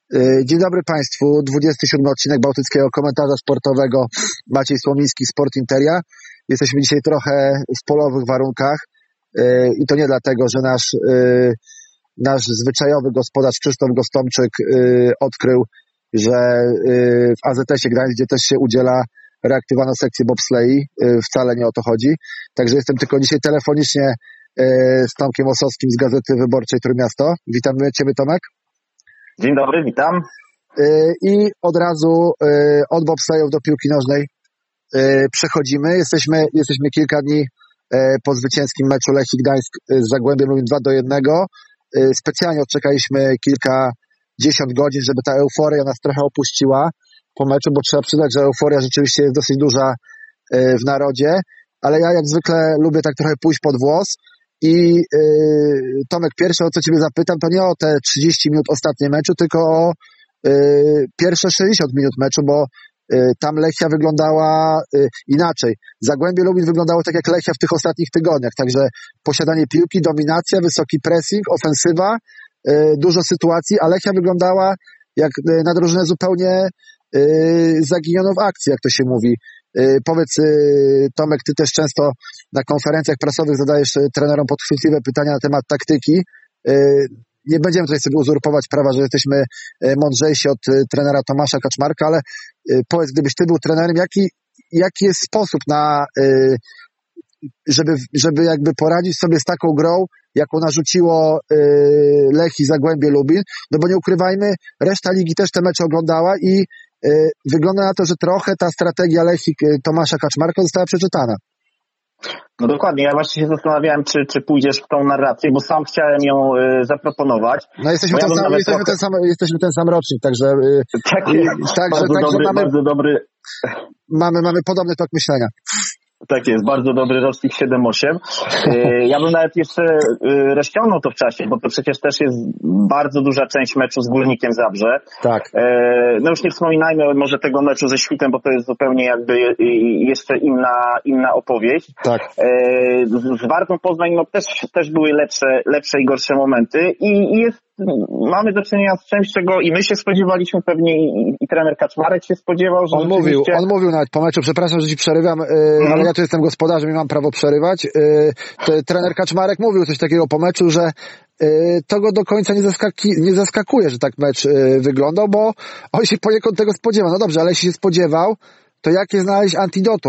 Dzień dobry Państwu, 27 odcinek Bałtyckiego Komentarza Sportowego. Maciej Słomiński, Sport Interia. Jesteśmy dzisiaj trochę w polowych warunkach i to nie dlatego, że nasz zwyczajowy gospodarz Krzysztof Gostomczyk odkrył, że w AZS-ie Gdańsk, gdzie też się udziela, reaktywowano sekcję bobslei. Wcale nie o to chodzi. Także jestem tylko dzisiaj telefonicznie z Tomkiem Osowskim z Gazety Wyborczej Trójmiasto. Witamy Ciebie, Tomek. Dzień dobry, witam. I od razu od bobslejów do piłki nożnej przechodzimy. Jesteśmy kilka dni po zwycięskim meczu Lechii Gdańsk z Zagłębiem Lubin 2-1. Specjalnie odczekaliśmy kilkadziesiąt godzin, żeby ta euforia nas trochę opuściła po meczu, bo trzeba przyznać, że euforia rzeczywiście jest dosyć duża w narodzie, ale ja jak zwykle lubię tak trochę pójść pod włos. I Tomek, pierwsze, o co Ciebie zapytam, to nie o te 30 minut ostatnie meczu, tylko o pierwsze 60 minut meczu, bo tam Lechia wyglądała inaczej. Zagłębie Lubin wyglądało tak jak Lechia w tych ostatnich tygodniach, także posiadanie piłki, dominacja, wysoki pressing, ofensywa, dużo sytuacji, a Lechia wyglądała jak na drużynę zupełnie zaginioną w akcji, jak to się mówi. Powiedz, Tomek, ty też często na konferencjach prasowych zadajesz trenerom podchwytliwe pytania na temat taktyki. Nie będziemy tutaj sobie uzurpować prawa, że jesteśmy mądrzejsi od trenera Tomasza Kaczmarka, ale powiedz, gdybyś ty był trenerem, jaki jest sposób na żeby jakby poradzić sobie z taką grą, jaką narzuciło Lechii Zagłębie Lubin, no bo nie ukrywajmy, reszta ligi też te mecze oglądała i wygląda na to, że trochę ta strategia Lechii Tomasza Kaczmarka została przeczytana. No dokładnie, ja właśnie się zastanawiałem, czy pójdziesz w tą narrację, bo sam chciałem ją zaproponować. No jesteśmy ten sam rocznik, także bardzo dobry. Mamy podobny tok myślenia. Tak jest, bardzo dobry rocznik 7-8. Ja bym nawet jeszcze rozciągnął to w czasie, bo to przecież też jest bardzo duża część meczu z Górnikiem Zabrze. Tak. No już nie wspominajmy może tego meczu ze Świtem, bo to jest zupełnie jakby jeszcze inna opowieść. Tak. Z Wartą Poznań no też były lepsze i gorsze momenty i mamy do czynienia z czymś, czego i my się spodziewaliśmy pewnie i trener Kaczmarek się spodziewał, że on mówił nawet po meczu, przepraszam, że ci przerywam, ale ja tu jestem gospodarzem i mam prawo przerywać. Trener Kaczmarek mówił coś takiego po meczu, że to go do końca nie zaskakuje, że tak mecz wyglądał, bo on się poniekąd tego spodziewał. No dobrze, ale jeśli się spodziewał, to jakie znaleźć antidotum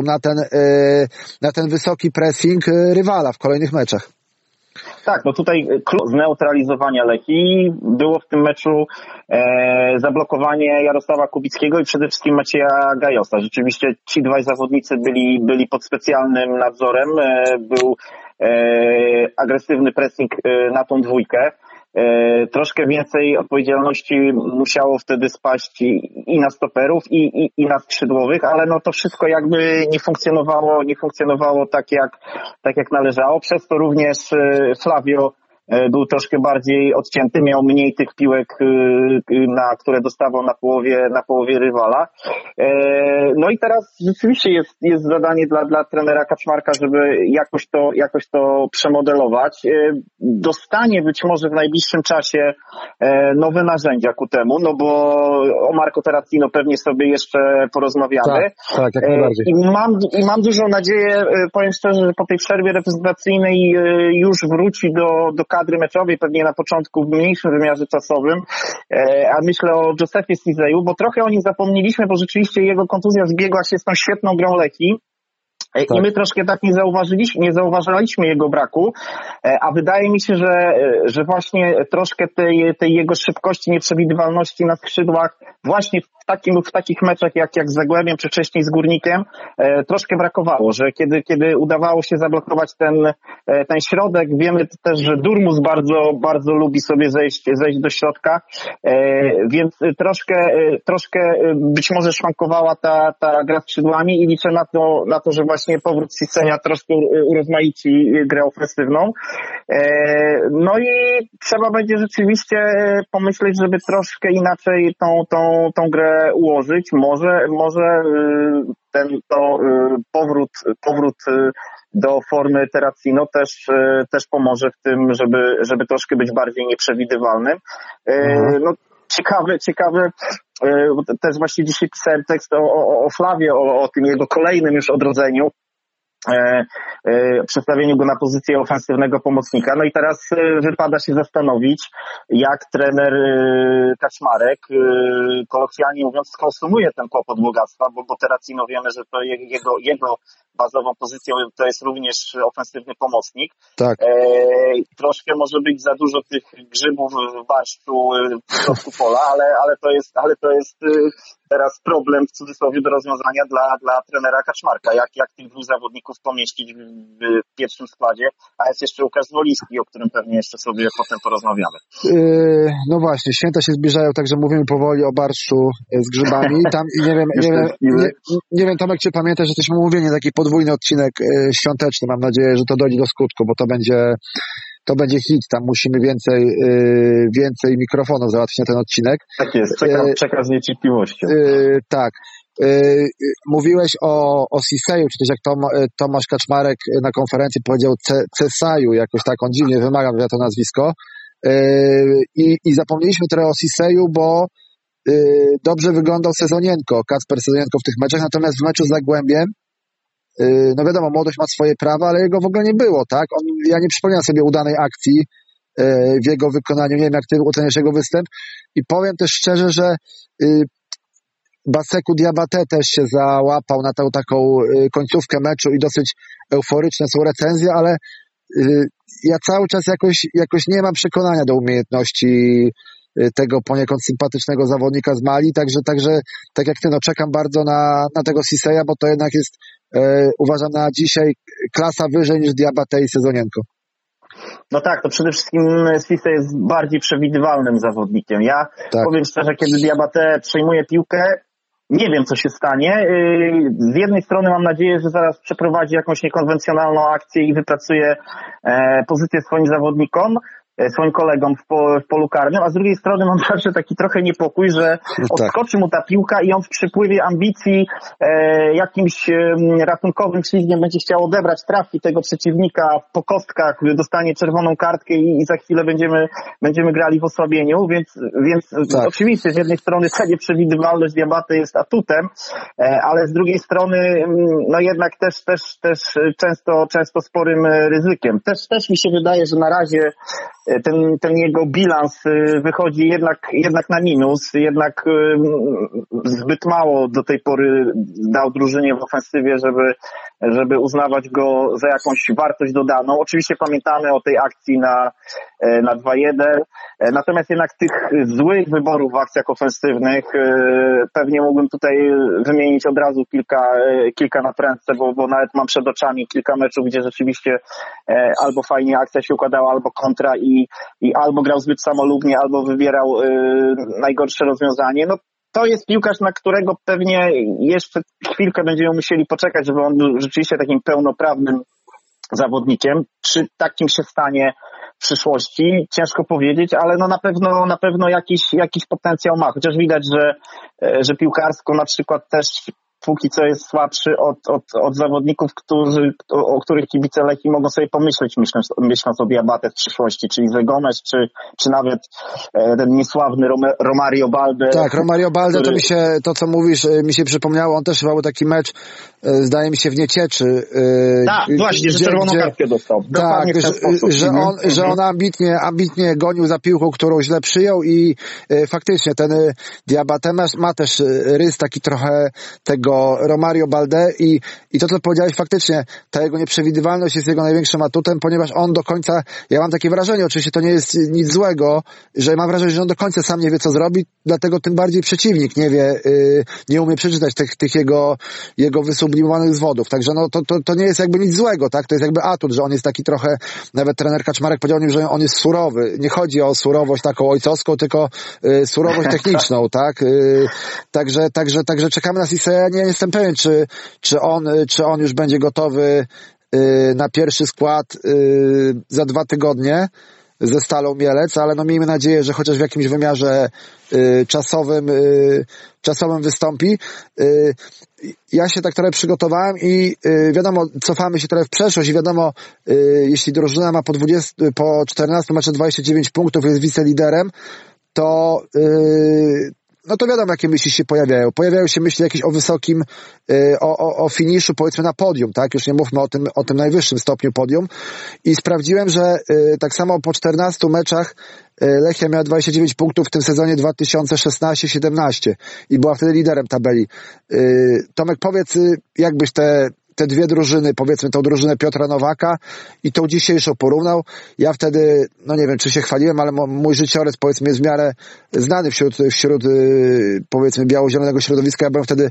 na ten wysoki pressing rywala w kolejnych meczach? Tak, no tutaj klucz zneutralizowania Lechii było w tym meczu zablokowanie Jarosława Kubickiego i przede wszystkim Macieja Gajosa. Rzeczywiście ci dwaj zawodnicy byli pod specjalnym nadzorem. Był agresywny pressing na tą dwójkę. Troszkę więcej odpowiedzialności musiało wtedy spaść i na stoperów, i na skrzydłowych, ale no to wszystko jakby nie funkcjonowało tak jak należało. Przez to również Flavio był troszkę bardziej odcięty, miał mniej tych piłek, które dostawał na połowie rywala. No i teraz rzeczywiście jest zadanie dla trenera Kaczmarka, żeby jakoś to przemodelować. Dostanie być może w najbliższym czasie nowe narzędzia ku temu, no bo o Marco Terracino pewnie sobie jeszcze porozmawiamy. Tak, jak najbardziej. I mam dużą nadzieję, powiem szczerze, że po tej przerwie reprezentacyjnej już wróci do kadry meczowej, pewnie na początku w mniejszym wymiarze czasowym, a myślę o Josefie Cizeju, bo trochę o nim zapomnieliśmy, bo rzeczywiście jego kontuzja zbiegła się z tą świetną grą Lechii. Tak. I my troszkę tak nie zauważaliśmy jego braku, a wydaje mi się, że właśnie troszkę tej jego szybkości, nieprzewidywalności na skrzydłach właśnie w takich meczach jak z Zagłębiem czy wcześniej z Górnikiem troszkę brakowało, że kiedy udawało się zablokować ten środek, wiemy też, że Durmus bardzo, bardzo lubi sobie zejść do środka, więc troszkę być może szwankowała ta gra skrzydłami i liczę na to, że właśnie powrót Ciseja troszkę urozmaici grę ofensywną. No i trzeba będzie rzeczywiście pomyśleć, żeby troszkę inaczej tą grę ułożyć. Może powrót do formy Terracino też pomoże w tym, żeby troszkę być bardziej nieprzewidywalnym. No, ciekawe, bo też właśnie dzisiaj pisałem tekst o Flawie, o tym jego kolejnym już odrodzeniu. Przestawieniu go na pozycję ofensywnego pomocnika. No i teraz wypada się zastanowić, jak trener Kaczmarek, kolokwialnie mówiąc, skonsumuje ten kłopot bogactwa, bo Terracino wiemy, że to jego bazową pozycją to jest również ofensywny pomocnik. Tak. Troszkę może być za dużo tych grzybów w barszczu w środku pola, ale to jest teraz problem w cudzysłowie do rozwiązania dla trenera Kaczmarka. Jak tych dwóch zawodników pomieścić w pierwszym składzie, a jest jeszcze Łukasz Zwoliński, o którym pewnie jeszcze sobie potem porozmawiamy. No właśnie, święta się zbliżają, także mówimy powoli o barszczu z grzybami. Tam nie wiem, Tomek, czy pamiętasz, że jesteśmy umówieni taki podwójny odcinek świąteczny. Mam nadzieję, że to dojdzie do skutku, bo to będzie hit. Tam musimy więcej mikrofonów załatwić na ten odcinek. Tak jest, czekam z niecierpliwością. Tak. Mówiłeś o Ciseju, czy też jak Tomasz Kaczmarek na konferencji powiedział Cesaju, jakoś tak on dziwnie wymagał to nazwisko. I zapomnieliśmy trochę o Ciseju, bo dobrze wyglądał Sezonienko, Kacper Sezonienko w tych meczach, natomiast w meczu z Zagłębiem, no wiadomo, młodość ma swoje prawa, ale jego w ogóle nie było, tak? Ja nie przypominam sobie udanej akcji w jego wykonaniu, nie wiem jak ty oceniasz jego występ i powiem też szczerze, że Baseku Diabate też się załapał na tą taką końcówkę meczu i dosyć euforyczne są recenzje, ale ja cały czas jakoś nie mam przekonania do umiejętności tego poniekąd sympatycznego zawodnika z Mali, także tak jak ty, no czekam bardzo na tego Ciseja, bo to jednak jest uważam na dzisiaj klasa wyżej niż Diabate i Sezonienko. No tak, to przede wszystkim Cisse jest bardziej przewidywalnym zawodnikiem. Ja powiem szczerze, kiedy Diabate przejmuje piłkę, nie wiem, co się stanie. Z jednej strony mam nadzieję, że zaraz przeprowadzi jakąś niekonwencjonalną akcję i wypracuje pozycję swoim zawodnikom, swoim kolegom w polu karnym, a z drugiej strony mam zawsze taki trochę niepokój, że odskoczy mu ta piłka i on w przypływie ambicji jakimś ratunkowym ślizgiem będzie chciał odebrać, trafi tego przeciwnika po kostkach, dostanie czerwoną kartkę i za chwilę będziemy grali w osłabieniu, więc tak. Oczywiście z jednej strony ta nieprzewidywalność Diabate jest atutem, ale z drugiej strony no jednak też często sporym ryzykiem. Też mi się wydaje, że na razie ten jego bilans wychodzi jednak na minus, jednak zbyt mało do tej pory dał drużynie w ofensywie, żeby uznawać go za jakąś wartość dodaną. Oczywiście pamiętamy o tej akcji na 2-1, natomiast jednak tych złych wyborów w akcjach ofensywnych pewnie mógłbym tutaj wymienić od razu kilka na prędce, bo nawet mam przed oczami kilka meczów, gdzie rzeczywiście albo fajnie akcja się układała, albo kontra i albo grał zbyt samolubnie, albo wybierał najgorsze rozwiązanie. No to jest piłkarz, na którego pewnie jeszcze chwilkę będziemy musieli poczekać, żeby on był rzeczywiście takim pełnoprawnym zawodnikiem. Czy takim się stanie w przyszłości? Ciężko powiedzieć, ale no na pewno jakiś potencjał ma. Chociaż widać, że piłkarsko na przykład też póki co jest słabszy od zawodników, o których kibice Lechii mogą sobie pomyśleć, myśląc o Diabate w przyszłości, czyli Gomes, czy nawet ten niesławny Romario Balde. Tak, Romario Balde, który... to co mówisz, mi się przypomniało, on też chyba był taki mecz, zdaje mi się, w Niecieczy. Tak, właśnie, że czerwoną kartkę dostał. Tak, że on ambitnie gonił za piłką, którą źle przyjął i faktycznie ten Diabate ma też rys taki trochę tego Romario Balde i to, co powiedziałeś, faktycznie ta jego nieprzewidywalność jest jego największym atutem, ponieważ on do końca, ja mam takie wrażenie, oczywiście to nie jest nic złego, że mam wrażenie, że on do końca sam nie wie, co zrobi, dlatego tym bardziej przeciwnik nie wie, nie umie przeczytać tych jego wysublimowanych zwodów, także no to nie jest jakby nic złego, tak, to jest jakby atut, że on jest taki trochę, nawet trener Kaczmarek powiedział o nim, że on jest surowy, nie chodzi o surowość taką ojcowską, tylko surowość techniczną, tak, także czekamy na Ciseja. Nie jestem pewien, czy on już będzie gotowy na pierwszy skład za 2 tygodnie ze Stalą Mielec, ale no miejmy nadzieję, że chociaż w jakimś wymiarze czasowym wystąpi. Ja się tak trochę przygotowałem i wiadomo, cofamy się trochę w przeszłość i wiadomo, jeśli drużyna ma po 14 meczach 29 punktów, jest wiceliderem, to no to wiadomo, jakie myśli się pojawiają. Pojawiają się myśli jakieś o wysokim, o finiszu, powiedzmy na podium, tak? Już nie mówmy o tym najwyższym stopniu podium. I sprawdziłem, że tak samo po 14 meczach Lechia miała 29 punktów w tym sezonie 2016-17 i była wtedy liderem tabeli. Tomek, powiedz, jakbyś te dwie drużyny, powiedzmy tą drużynę Piotra Nowaka i tą dzisiejszą porównał. Ja wtedy, no nie wiem, czy się chwaliłem, ale mój życiorys, powiedzmy, jest w miarę znany wśród powiedzmy biało-zielonego środowiska. Ja byłem wtedy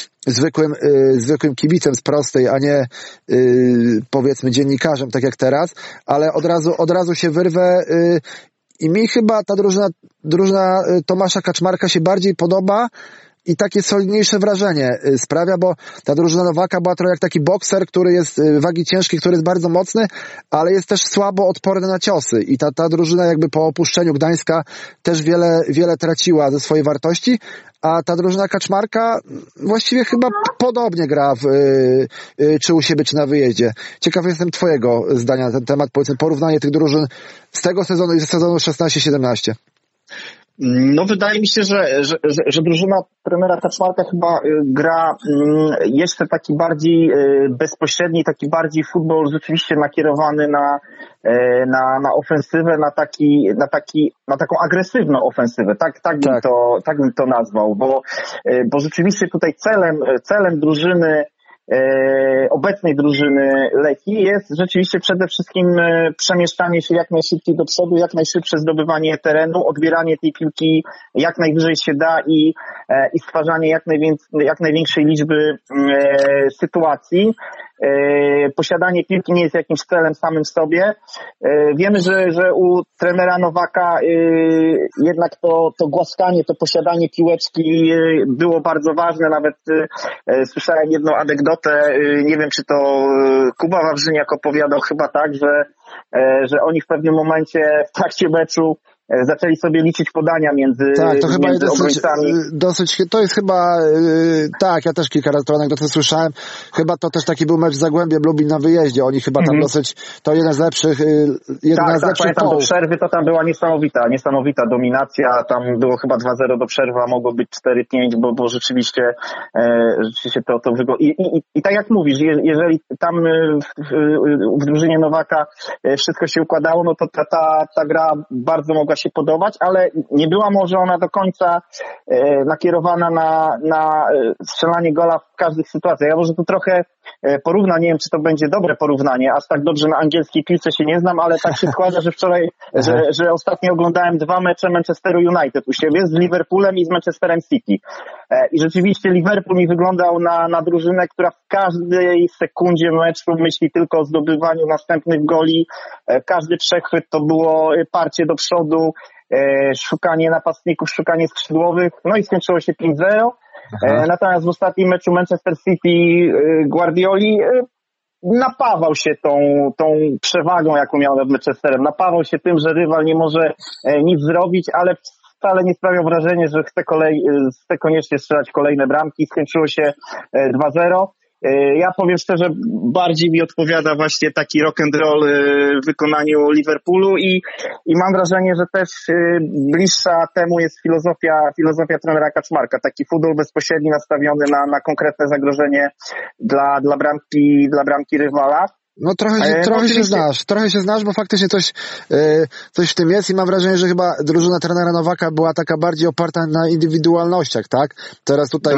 zwykłym kibicem z Prostej, a nie powiedzmy dziennikarzem, tak jak teraz, ale od razu się wyrwę i mi chyba ta drużyna Tomasza Kaczmarka się bardziej podoba i takie solidniejsze wrażenie sprawia, bo ta drużyna Nowaka była trochę jak taki bokser, który jest wagi ciężkiej, który jest bardzo mocny, ale jest też słabo odporny na ciosy. I ta drużyna jakby po opuszczeniu Gdańska też wiele traciła ze swojej wartości, a ta drużyna Kaczmarka właściwie chyba podobnie gra czy u siebie, czy na wyjeździe. Ciekaw jestem twojego zdania na ten temat, powiedzmy porównanie tych drużyn z tego sezonu i ze sezonu 16-17. No wydaje mi się, że drużyna trenera Kaczmarka chyba gra jeszcze taki bardziej bezpośredni, taki bardziej futbol rzeczywiście nakierowany na ofensywę, na taką agresywną ofensywę. Tak bym to nazwał, bo rzeczywiście tutaj celem drużyny obecnej drużyny Lechii jest rzeczywiście przede wszystkim przemieszczanie się jak najszybciej do przodu, jak najszybsze zdobywanie terenu, odbieranie tej piłki jak najwyżej się da i stwarzanie jak największej liczby sytuacji. Posiadanie piłki nie jest jakimś celem samym w sobie. Wiemy, że u trenera Nowaka jednak to głaskanie, to posiadanie piłeczki było bardzo ważne. Nawet słyszałem jedną anegdotę, nie wiem czy to Kuba Wawrzyniak opowiadał, chyba tak, że oni w pewnym momencie w trakcie meczu zaczęli sobie liczyć podania między obrońcami. To jest chyba, tak, ja też kilka razy tę anegdotę słyszałem. Chyba to też taki był mecz z Zagłębiem Lubin na wyjeździe. Oni chyba tam to jeden z lepszych pamiętam, do przerwy to tam była niesamowita dominacja. Tam było chyba 2-0 do przerwy, a mogło być 4-5, bo rzeczywiście to wygląda. I tak jak mówisz, jeżeli tam w drużynie Nowaka wszystko się układało, no to ta gra bardzo mogła się podobać, ale nie była może ona do końca nakierowana na strzelanie gola w każdych sytuacjach. Ja może tu trochę porównam, nie wiem czy to będzie dobre porównanie, aż tak dobrze na angielskiej piłce się nie znam, ale tak się składa, że wczoraj, że ostatnio oglądałem 2 mecze Manchesteru United u siebie z Liverpoolem i z Manchesterem City. I rzeczywiście Liverpool mi wyglądał na drużynę, która w każdej sekundzie meczu myśli tylko o zdobywaniu następnych goli. Każdy przechwyt to było parcie do przodu, szukanie napastników, szukanie skrzydłowych, no i skończyło się 5-0. Natomiast w ostatnim meczu Manchester City Guardioli napawał się tą przewagą, jaką miał nad Manchesterem. Napawał się tym, że rywal nie może nic zrobić, ale wcale nie sprawiał wrażenia, że chce koniecznie strzelać kolejne bramki. Skończyło się 2-0. Ja powiem szczerze, bardziej mi odpowiada właśnie taki rock and roll w wykonaniu Liverpoolu i mam wrażenie, że też bliższa temu jest filozofia trenera Kaczmarka. Taki futbol bezpośredni nastawiony na konkretne zagrożenie dla bramki rywala. No trochę się znasz, bo faktycznie coś w tym jest i mam wrażenie, że chyba drużyna trenera Nowaka była taka bardziej oparta na indywidualnościach, tak? Teraz tutaj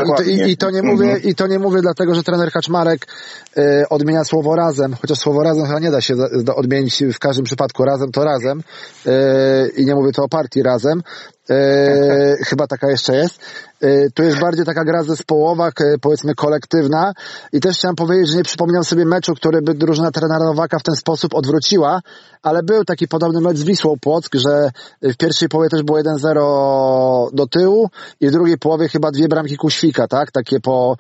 i to nie mówię dlatego, że trener Kaczmarek odmienia słowo razem, chociaż słowo razem chyba nie da się odmienić w każdym przypadku, razem to razem i nie mówię to o partii razem. Chyba taka jeszcze jest. Tu jest bardziej taka gra zespołowa, powiedzmy kolektywna i też chciałem powiedzieć, że nie przypominam sobie meczu, który by drużyna trenera Nowaka w ten sposób odwróciła, ale był taki podobny mecz z Wisłą Płock, że w pierwszej połowie też było 1-0 do tyłu i w drugiej połowie chyba 2 bramki Kuświka, tak? Takie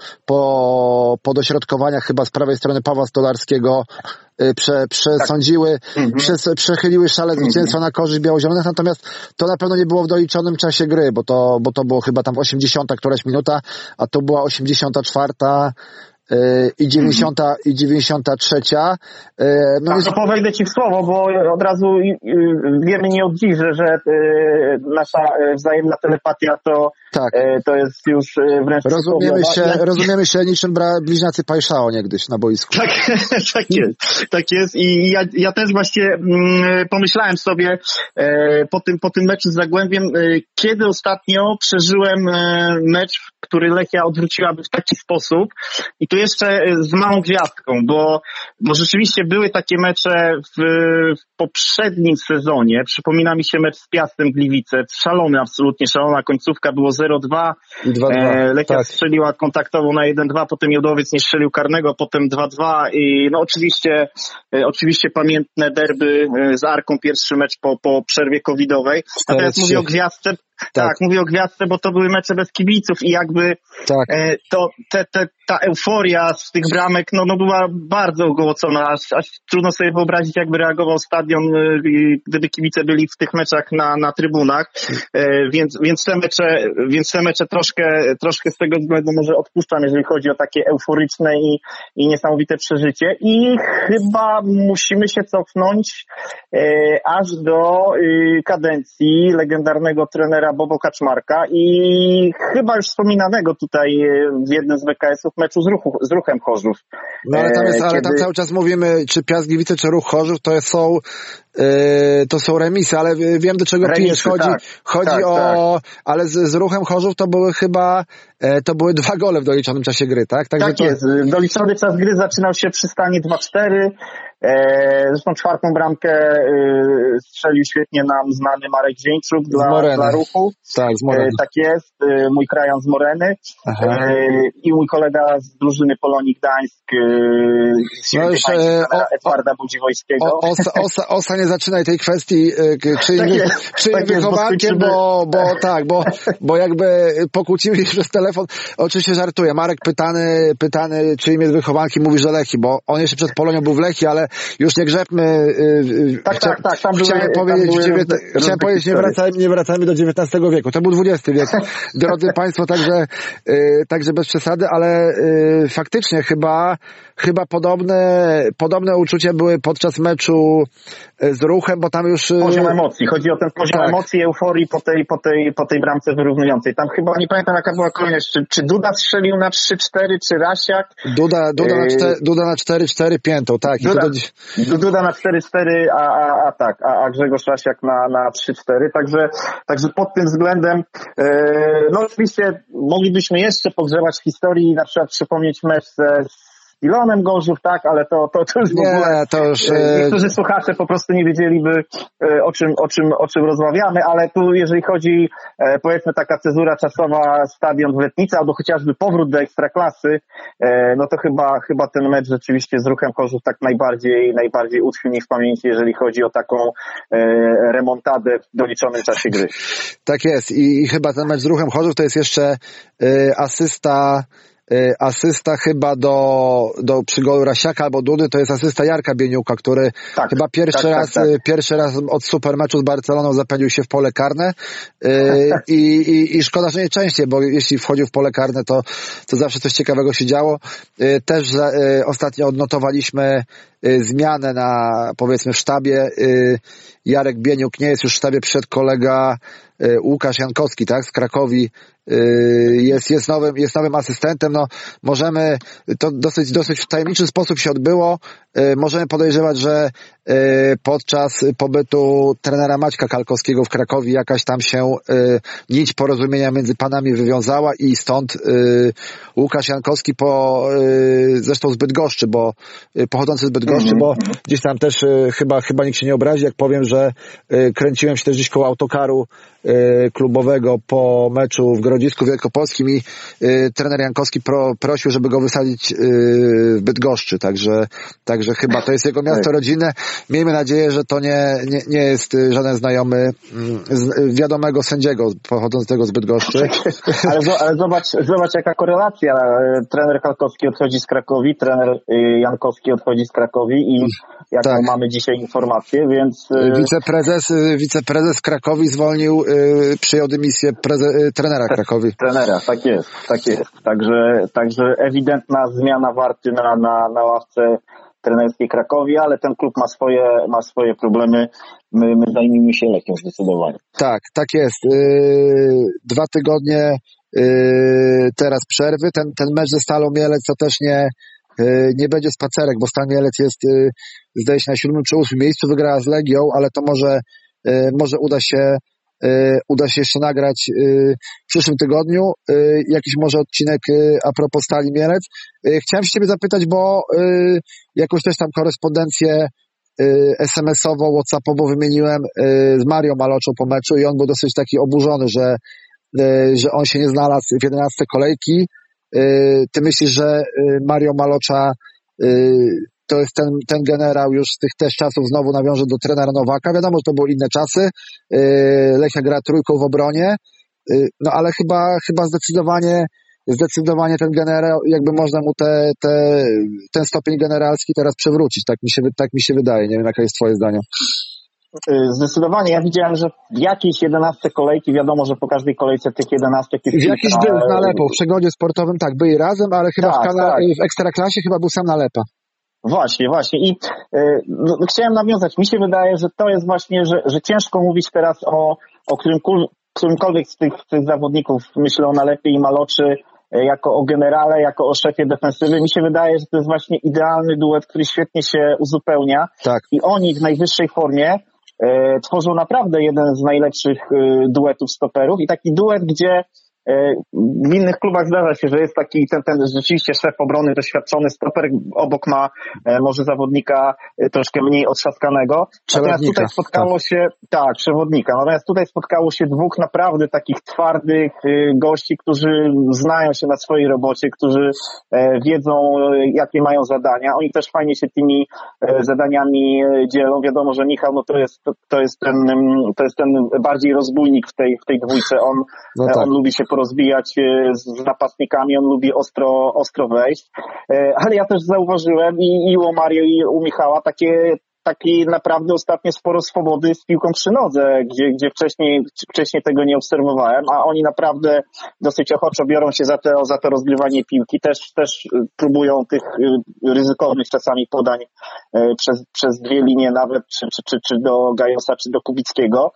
po dośrodkowaniach chyba z prawej strony Pawła Stolarskiego przesądziły, przechyliły szale zwycięstwa na korzyść biało-zielonych, natomiast to na pewno nie było w doliczonym czasie gry, bo to było chyba tam 80 któraś minuta, a to była 84 i 93. No to powejdę ci w słowo, bo od razu wiemy nie od dziś, że nasza wzajemna telepatia to jest już wręcz rozumiemy się niczym bliźniacy Pajszao niegdyś na boisku. Tak jest i ja też właśnie pomyślałem sobie po tym meczu z Zagłębiem, kiedy ostatnio przeżyłem mecz, który Lechia odwróciłaby w taki sposób i tu jeszcze z małą gwiazdką, bo rzeczywiście były takie mecze w poprzednim sezonie. Przypomina mi się mecz z Piastem Gliwice. Absolutnie szalona końcówka, było 0-2. Lechia strzeliła kontaktową na 1-2, potem Jodowiec nie strzelił karnego, potem 2-2 i no oczywiście pamiętne derby z Arką, pierwszy mecz po przerwie covidowej. A teraz mówię o gwiazdce. Tak, mówię o gwiazdce, bo to były mecze bez kibiców i jakby ta euforia z tych bramek no była bardzo ogołocona, aż trudno sobie wyobrazić, jakby reagował stadion, gdyby kibice byli w tych meczach na trybunach, więc te mecze troszkę z tego względu może odpuszczam, jeżeli chodzi o takie euforyczne i niesamowite przeżycie i chyba musimy się cofnąć aż do kadencji legendarnego trenera Bobo Kaczmarka i chyba już wspominanego tutaj w jednym z BKS-ów meczu z Ruchem Chorzów. No ale tam cały czas mówimy, czy Piast Gliwice, czy Ruch Chorzów, to są remisy, ale wiem, do czego pijesz. Chodzi o... Ale z Ruchem Chorzów to były 2 gole w doliczonym czasie gry, tak? Tak jest. Doliczony czas gry zaczynał się przy stanie 2-4. Zresztą 4. bramkę strzelił świetnie nam znany Marek Dzieńczuk dla Ruchu. Tak, z Moreny. Tak jest. Mój krajan z Moreny. I mój kolega z drużyny Polonii Gdańsk Edwarda Budziwojskiego. Osa nie zaczynaj tej kwestii czyim wychowankiem, bo jakby pokłócimy się przez telefon. Oczywiście żartuję. Marek pytany czyim jest wychowankiem, mówi, że Lechii, bo on jeszcze przed Polonią był w Lechii, ale już nie grzebmy. Chciałem powiedzieć, nie wracajmy do XIX wieku. To był XX wiek, drodzy Państwo, także bez przesady, ale faktycznie chyba podobne uczucia były podczas meczu z Ruchem, bo tam już... Poziom emocji. Chodzi o ten poziom emocji, euforii po tej bramce wyrównującej. Tam chyba, nie pamiętam jaka była kolejność, czy Duda strzelił na 3-4, czy Rasiak? Duda na 4-4 piętą, tak. Duda na 4-4, a Grzegorz Rasiak na 3-4, także pod tym względem no oczywiście moglibyśmy jeszcze pogrzebać historii, na przykład przypomnieć mecz z Ilonem Gorzów, tak, ale to już w ogóle niektórzy słuchacze po prostu nie wiedzieliby o czym rozmawiamy, ale tu jeżeli chodzi powiedzmy taka cezura czasowa, stadion w Letnicy albo chociażby powrót do Ekstraklasy, no to chyba ten mecz rzeczywiście z Ruchem Chorzów tak najbardziej utkwił mi w pamięci, jeżeli chodzi o taką remontadę w doliczonym czasie gry. Tak jest i chyba ten mecz z Ruchem Chorzów to jest jeszcze asysta chyba do przy golu Rasiaka albo Dudy, to jest asysta Jarka Bieniuka, który chyba pierwszy raz od super meczu z Barceloną zapędził się w pole karne i szkoda, że nie częściej, bo jeśli wchodził w pole karne, to zawsze coś ciekawego się działo. Też ostatnio odnotowaliśmy zmianę powiedzmy w sztabie. Jarek Bieniuk nie jest już w sztabie, przyszedł kolega Łukasz Jankowski, tak, z Krakowi, jest nowym asystentem. No, możemy, to dosyć w tajemniczy sposób się odbyło. Możemy podejrzewać, że podczas pobytu trenera Maćka Kalkowskiego w Krakowie jakaś tam się nić porozumienia między panami wywiązała i stąd Łukasz Jankowski zresztą z Bydgoszczy, pochodzący z Bydgoszczy, bo gdzieś tam też chyba nikt się nie obrazi, jak powiem, że kręciłem się też gdzieś koło autokaru klubowego po meczu w Grodzisku Wielkopolskim i trener Jankowski prosił, żeby go wysadzić w Bydgoszczy, także chyba to jest jego miasto rodzinne. miejmy nadzieję, że to nie jest żaden znajomy wiadomego sędziego pochodzącego z Bydgoszczy. Ale zobacz jaka korelacja. Trener Kalkowski odchodzi z Krakowi, trener Jankowski odchodzi z Krakowi i jaką mamy dzisiaj informację, więc... Wiceprezes Krakowi przyjął dymisję trenera Krakowi. Trenera, tak jest. Także ewidentna zmiana Warty na ławce trenerskiej Krakowi, ale ten klub ma swoje problemy. My zajmijmy się Lechią zdecydowanie. Tak jest. 2 tygodnie teraz przerwy. Ten mecz ze Stalą Mielec to też nie będzie spacerek, bo Stal Mielec jest zdaje się na 7. czy 8. miejscu, wygrała z Legią, ale to może uda się jeszcze nagrać w przyszłym tygodniu jakiś może odcinek a propos Stali Mielec. Chciałem się ciebie zapytać, bo jakąś też tam korespondencję SMS-ową, WhatsAppową wymieniłem z Mario Maloczą po meczu i on był dosyć taki oburzony, że on się nie znalazł w 11 kolejki. Ty myślisz, że Mario Malocza to jest ten generał już z tych też czasów, znowu nawiąże do trenera Nowaka. Wiadomo, że to były inne czasy. Lechia gra trójką w obronie, no ale chyba zdecydowanie ten generał, jakby można mu ten stopień generalski teraz przywrócić. Tak mi się wydaje. Nie wiem, jakie jest twoje zdanie. Zdecydowanie. Ja widziałem, że w jakiejś 11 kolejki, wiadomo, że po każdej kolejce tych 11 w jakiś był z Nalepą, w przegodzie sportowym byli razem, ale chyba w Ekstraklasie chyba był sam Nalepa. Właśnie. I chciałem nawiązać. Mi się wydaje, że to jest właśnie, że ciężko mówić teraz o którymkolwiek z tych zawodników, myślę o Nalepie i Maloczy, jako o generale, jako o szefie defensywy. Mi się wydaje, że to jest właśnie idealny duet, który świetnie się uzupełnia. Tak. I oni w najwyższej formie tworzą naprawdę jeden z najlepszych duetów stoperów i taki duet, gdzie w innych klubach zdarza się, że jest taki ten rzeczywiście szef obrony, doświadczony stoper, obok ma może zawodnika troszkę mniej otrzaskanego. Natomiast tutaj spotkało się, przewodnika. Natomiast tutaj spotkało się dwóch naprawdę takich twardych gości, którzy znają się na swojej robocie, którzy wiedzą, jakie mają zadania. Oni też fajnie się tymi zadaniami dzielą. Wiadomo, że Michał, no to jest ten bardziej rozbójnik w tej dwójce. On lubi się porozbijać z napastnikami, on lubi ostro wejść, ale ja też zauważyłem i u Mario i u Michała takie naprawdę ostatnio sporo swobody z piłką przy nodze, gdzie wcześniej tego nie obserwowałem, a oni naprawdę dosyć ochoczo biorą się za to rozgrywanie piłki, też próbują tych ryzykownych czasami podań przez dwie linie nawet, czy do Gajosa, czy do Kubickiego,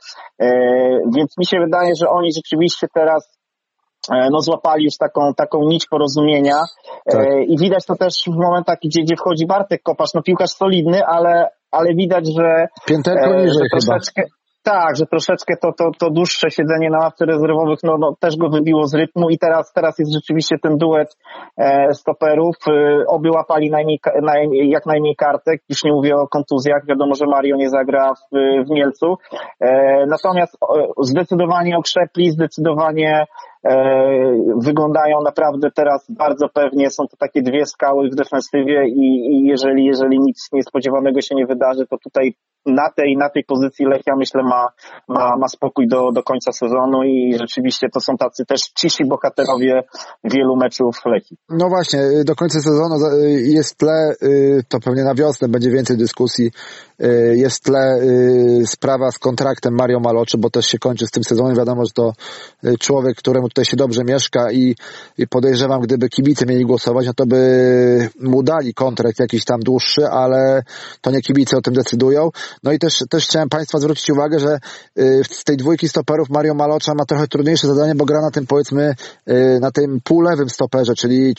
więc mi się wydaje, że oni rzeczywiście teraz złapali już taką nić porozumienia i widać to też w momentach, gdzie wchodzi Bartek Kopacz, piłkarz solidny, ale widać, że pięterko niżej troszeczkę, chyba. Tak, że troszeczkę to dłuższe siedzenie na ławce rezerwowych też go wybiło z rytmu i teraz jest rzeczywiście ten duet stoperów. Oby łapali jak najmniej kartek, już nie mówię o kontuzjach, wiadomo, że Mario nie zagra w Mielcu. Natomiast zdecydowanie okrzepli, zdecydowanie wyglądają naprawdę teraz bardzo pewnie, są to takie dwie skały w defensywie i jeżeli nic niespodziewanego się nie wydarzy, to tutaj na tej pozycji Lechia myślę ma spokój do końca sezonu i rzeczywiście to są tacy też cisi bohaterowie wielu meczów Lechii. No właśnie, do końca sezonu jest w tle, to pewnie na wiosnę będzie więcej dyskusji, jest w tle sprawa z kontraktem Mario Maloczy, bo też się kończy z tym sezonem. Wiadomo, że to człowiek, któremu tutaj się dobrze mieszka i podejrzewam, gdyby kibice mieli głosować, no to by mu dali kontrakt jakiś tam dłuższy, ale to nie kibice o tym decydują. No i też chciałem Państwa zwrócić uwagę, że z tej dwójki stoperów Mario Malocza ma trochę trudniejsze zadanie, bo gra na tym, powiedzmy, na tym półlewym stoperze, czyli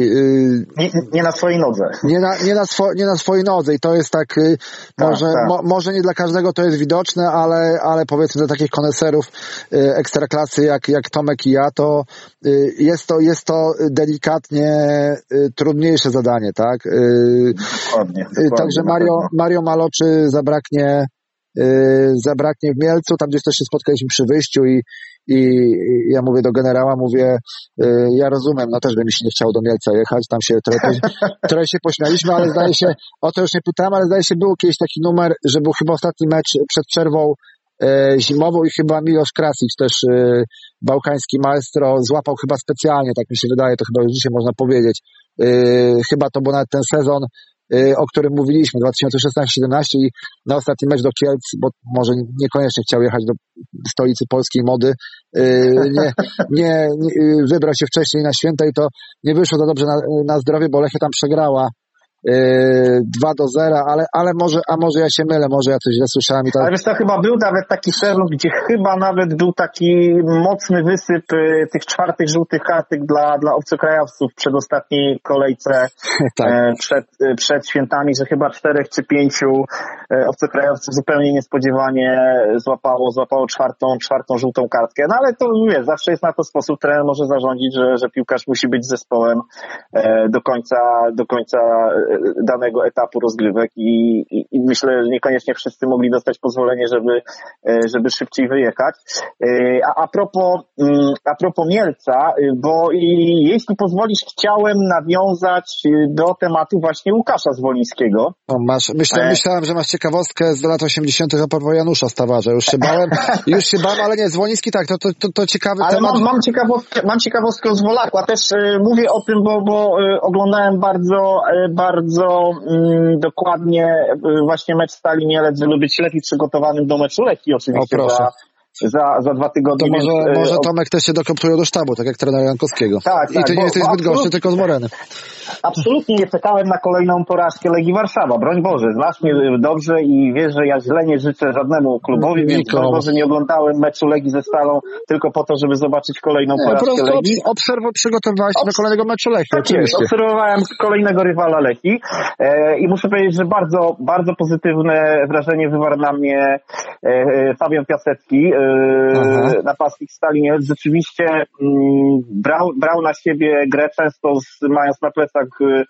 nie na swojej nodze. Nie na swojej nodze i to jest tak, może nie dla każdego to jest widoczne, ale powiedzmy dla takich koneserów ekstraklasy jak Tomek i ja, to jest to delikatnie trudniejsze zadanie, tak? Dokładnie, Także Mario Maloczy zabraknie zabraknie w Mielcu, tam gdzieś też się spotkaliśmy przy wyjściu i ja mówię do generała, mówię, ja rozumiem, no też by mi się nie chciało do Mielca jechać, tam się trochę się pośmialiśmy, ale zdaje się, o to już nie pytałem, ale zdaje się, był kiedyś taki numer, że był chyba ostatni mecz przed przerwą zimową i chyba Miloš Krasić też, bałkański maestro, złapał chyba specjalnie, tak mi się wydaje, to chyba już dzisiaj można powiedzieć, chyba to był nawet ten sezon, o którym mówiliśmy, 2016-17 i na ostatni mecz do Kielc, bo może niekoniecznie chciał jechać do stolicy polskiej mody, nie wybrał się wcześniej na święta i to nie wyszło za dobrze na zdrowie, bo Lechia tam przegrała 2-0, ale może ja się mylę, może ja coś źle słyszałem. Ale wiesz, to chyba był nawet taki sezon, gdzie chyba nawet był taki mocny wysyp tych czwartych żółtych kartek dla obcokrajowców w przedostatniej kolejce tak. przed świętami, że chyba 4 czy 5 obcokrajowców zupełnie niespodziewanie złapało czwartą żółtą kartkę. No ale to wiesz, zawsze jest na to sposób, trener może zarządzić, że piłkarz musi być zespołem do końca danego etapu rozgrywek i myślę, że niekoniecznie wszyscy mogli dostać pozwolenie, żeby szybciej wyjechać. A propos Mielca, bo jeśli pozwolisz, chciałem nawiązać do tematu właśnie Łukasza Zwolińskiego. Myślałem, że masz ciekawostkę z lat 80. a propos Janusza Stawarza. Już się bałem, ale nie, Zwoliński tak, to ciekawy temat. Mam ciekawostkę o Zwolaku, a też mówię o tym, bo oglądałem bardzo dokładnie właśnie mecz Stali Mielec, żeby być lepiej przygotowanym do meczu Lechii oczywiście za 2 tygodnie. To może Tomek też się dokoptuje do sztabu, tak jak trener Jankowskiego. Tak, I ty nie jesteś zbyt gorszy, tylko z Moreny. Absolutnie nie czekałem na kolejną porażkę Legii Warszawa. Broń Boże, znasz mnie dobrze i wiesz, że ja źle nie życzę żadnemu klubowi, więc broń Boże nie oglądałem meczu Legii ze Stalą tylko po to, żeby zobaczyć kolejną porażkę Legii. Przygotowywałeś się do kolejnego meczu Lechii, tak oczywiście. Jest, obserwowałem kolejnego rywala Lechii i muszę powiedzieć, że bardzo, bardzo pozytywne wrażenie wywarł na mnie Fabian Piasecki, napastnik Stali Mielec. Rzeczywiście brał na siebie grę, często mając na plecach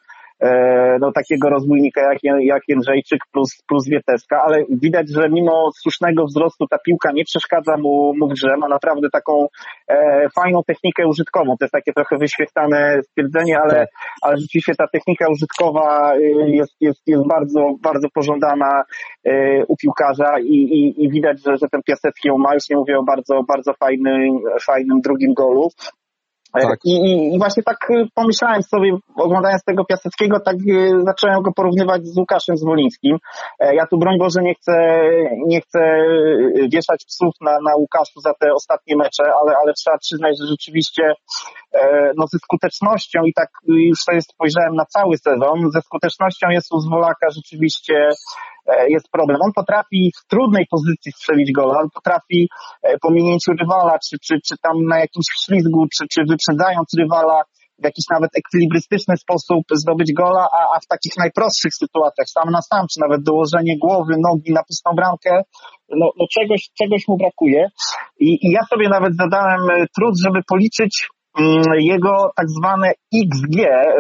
takiego rozbójnika jak Jędrzejczyk plus Wieteska, ale widać, że mimo słusznego wzrostu ta piłka nie przeszkadza mu w grze, ma naprawdę taką fajną technikę użytkową. To jest takie trochę wyświetlane stwierdzenie, ale rzeczywiście ta technika użytkowa jest bardzo, bardzo pożądana u piłkarza i widać, że ten Piasecki ją ma. Już nie mówię o bardzo, bardzo fajnym drugim golu. Tak. I właśnie tak pomyślałem sobie, oglądając tego Piaseckiego, tak zacząłem go porównywać z Łukaszem Zwolińskim. Ja tu, broń Boże, nie chcę wieszać psów na Łukaszu za te ostatnie mecze, ale trzeba przyznać, że rzeczywiście ze skutecznością i tak już sobie spojrzałem na cały sezon, ze skutecznością jest u Zwolaka rzeczywiście jest problem. On potrafi w trudnej pozycji strzelić gola, on potrafi po minięciu rywala, czy tam na jakimś ślizgu, czy wyprzedzając rywala w jakiś nawet ekwilibrystyczny sposób zdobyć gola, a w takich najprostszych sytuacjach, sam na sam, czy nawet dołożenie głowy, nogi na pustą bramkę, czegoś mu brakuje. I ja sobie nawet zadałem trud, żeby policzyć jego tak zwane XG,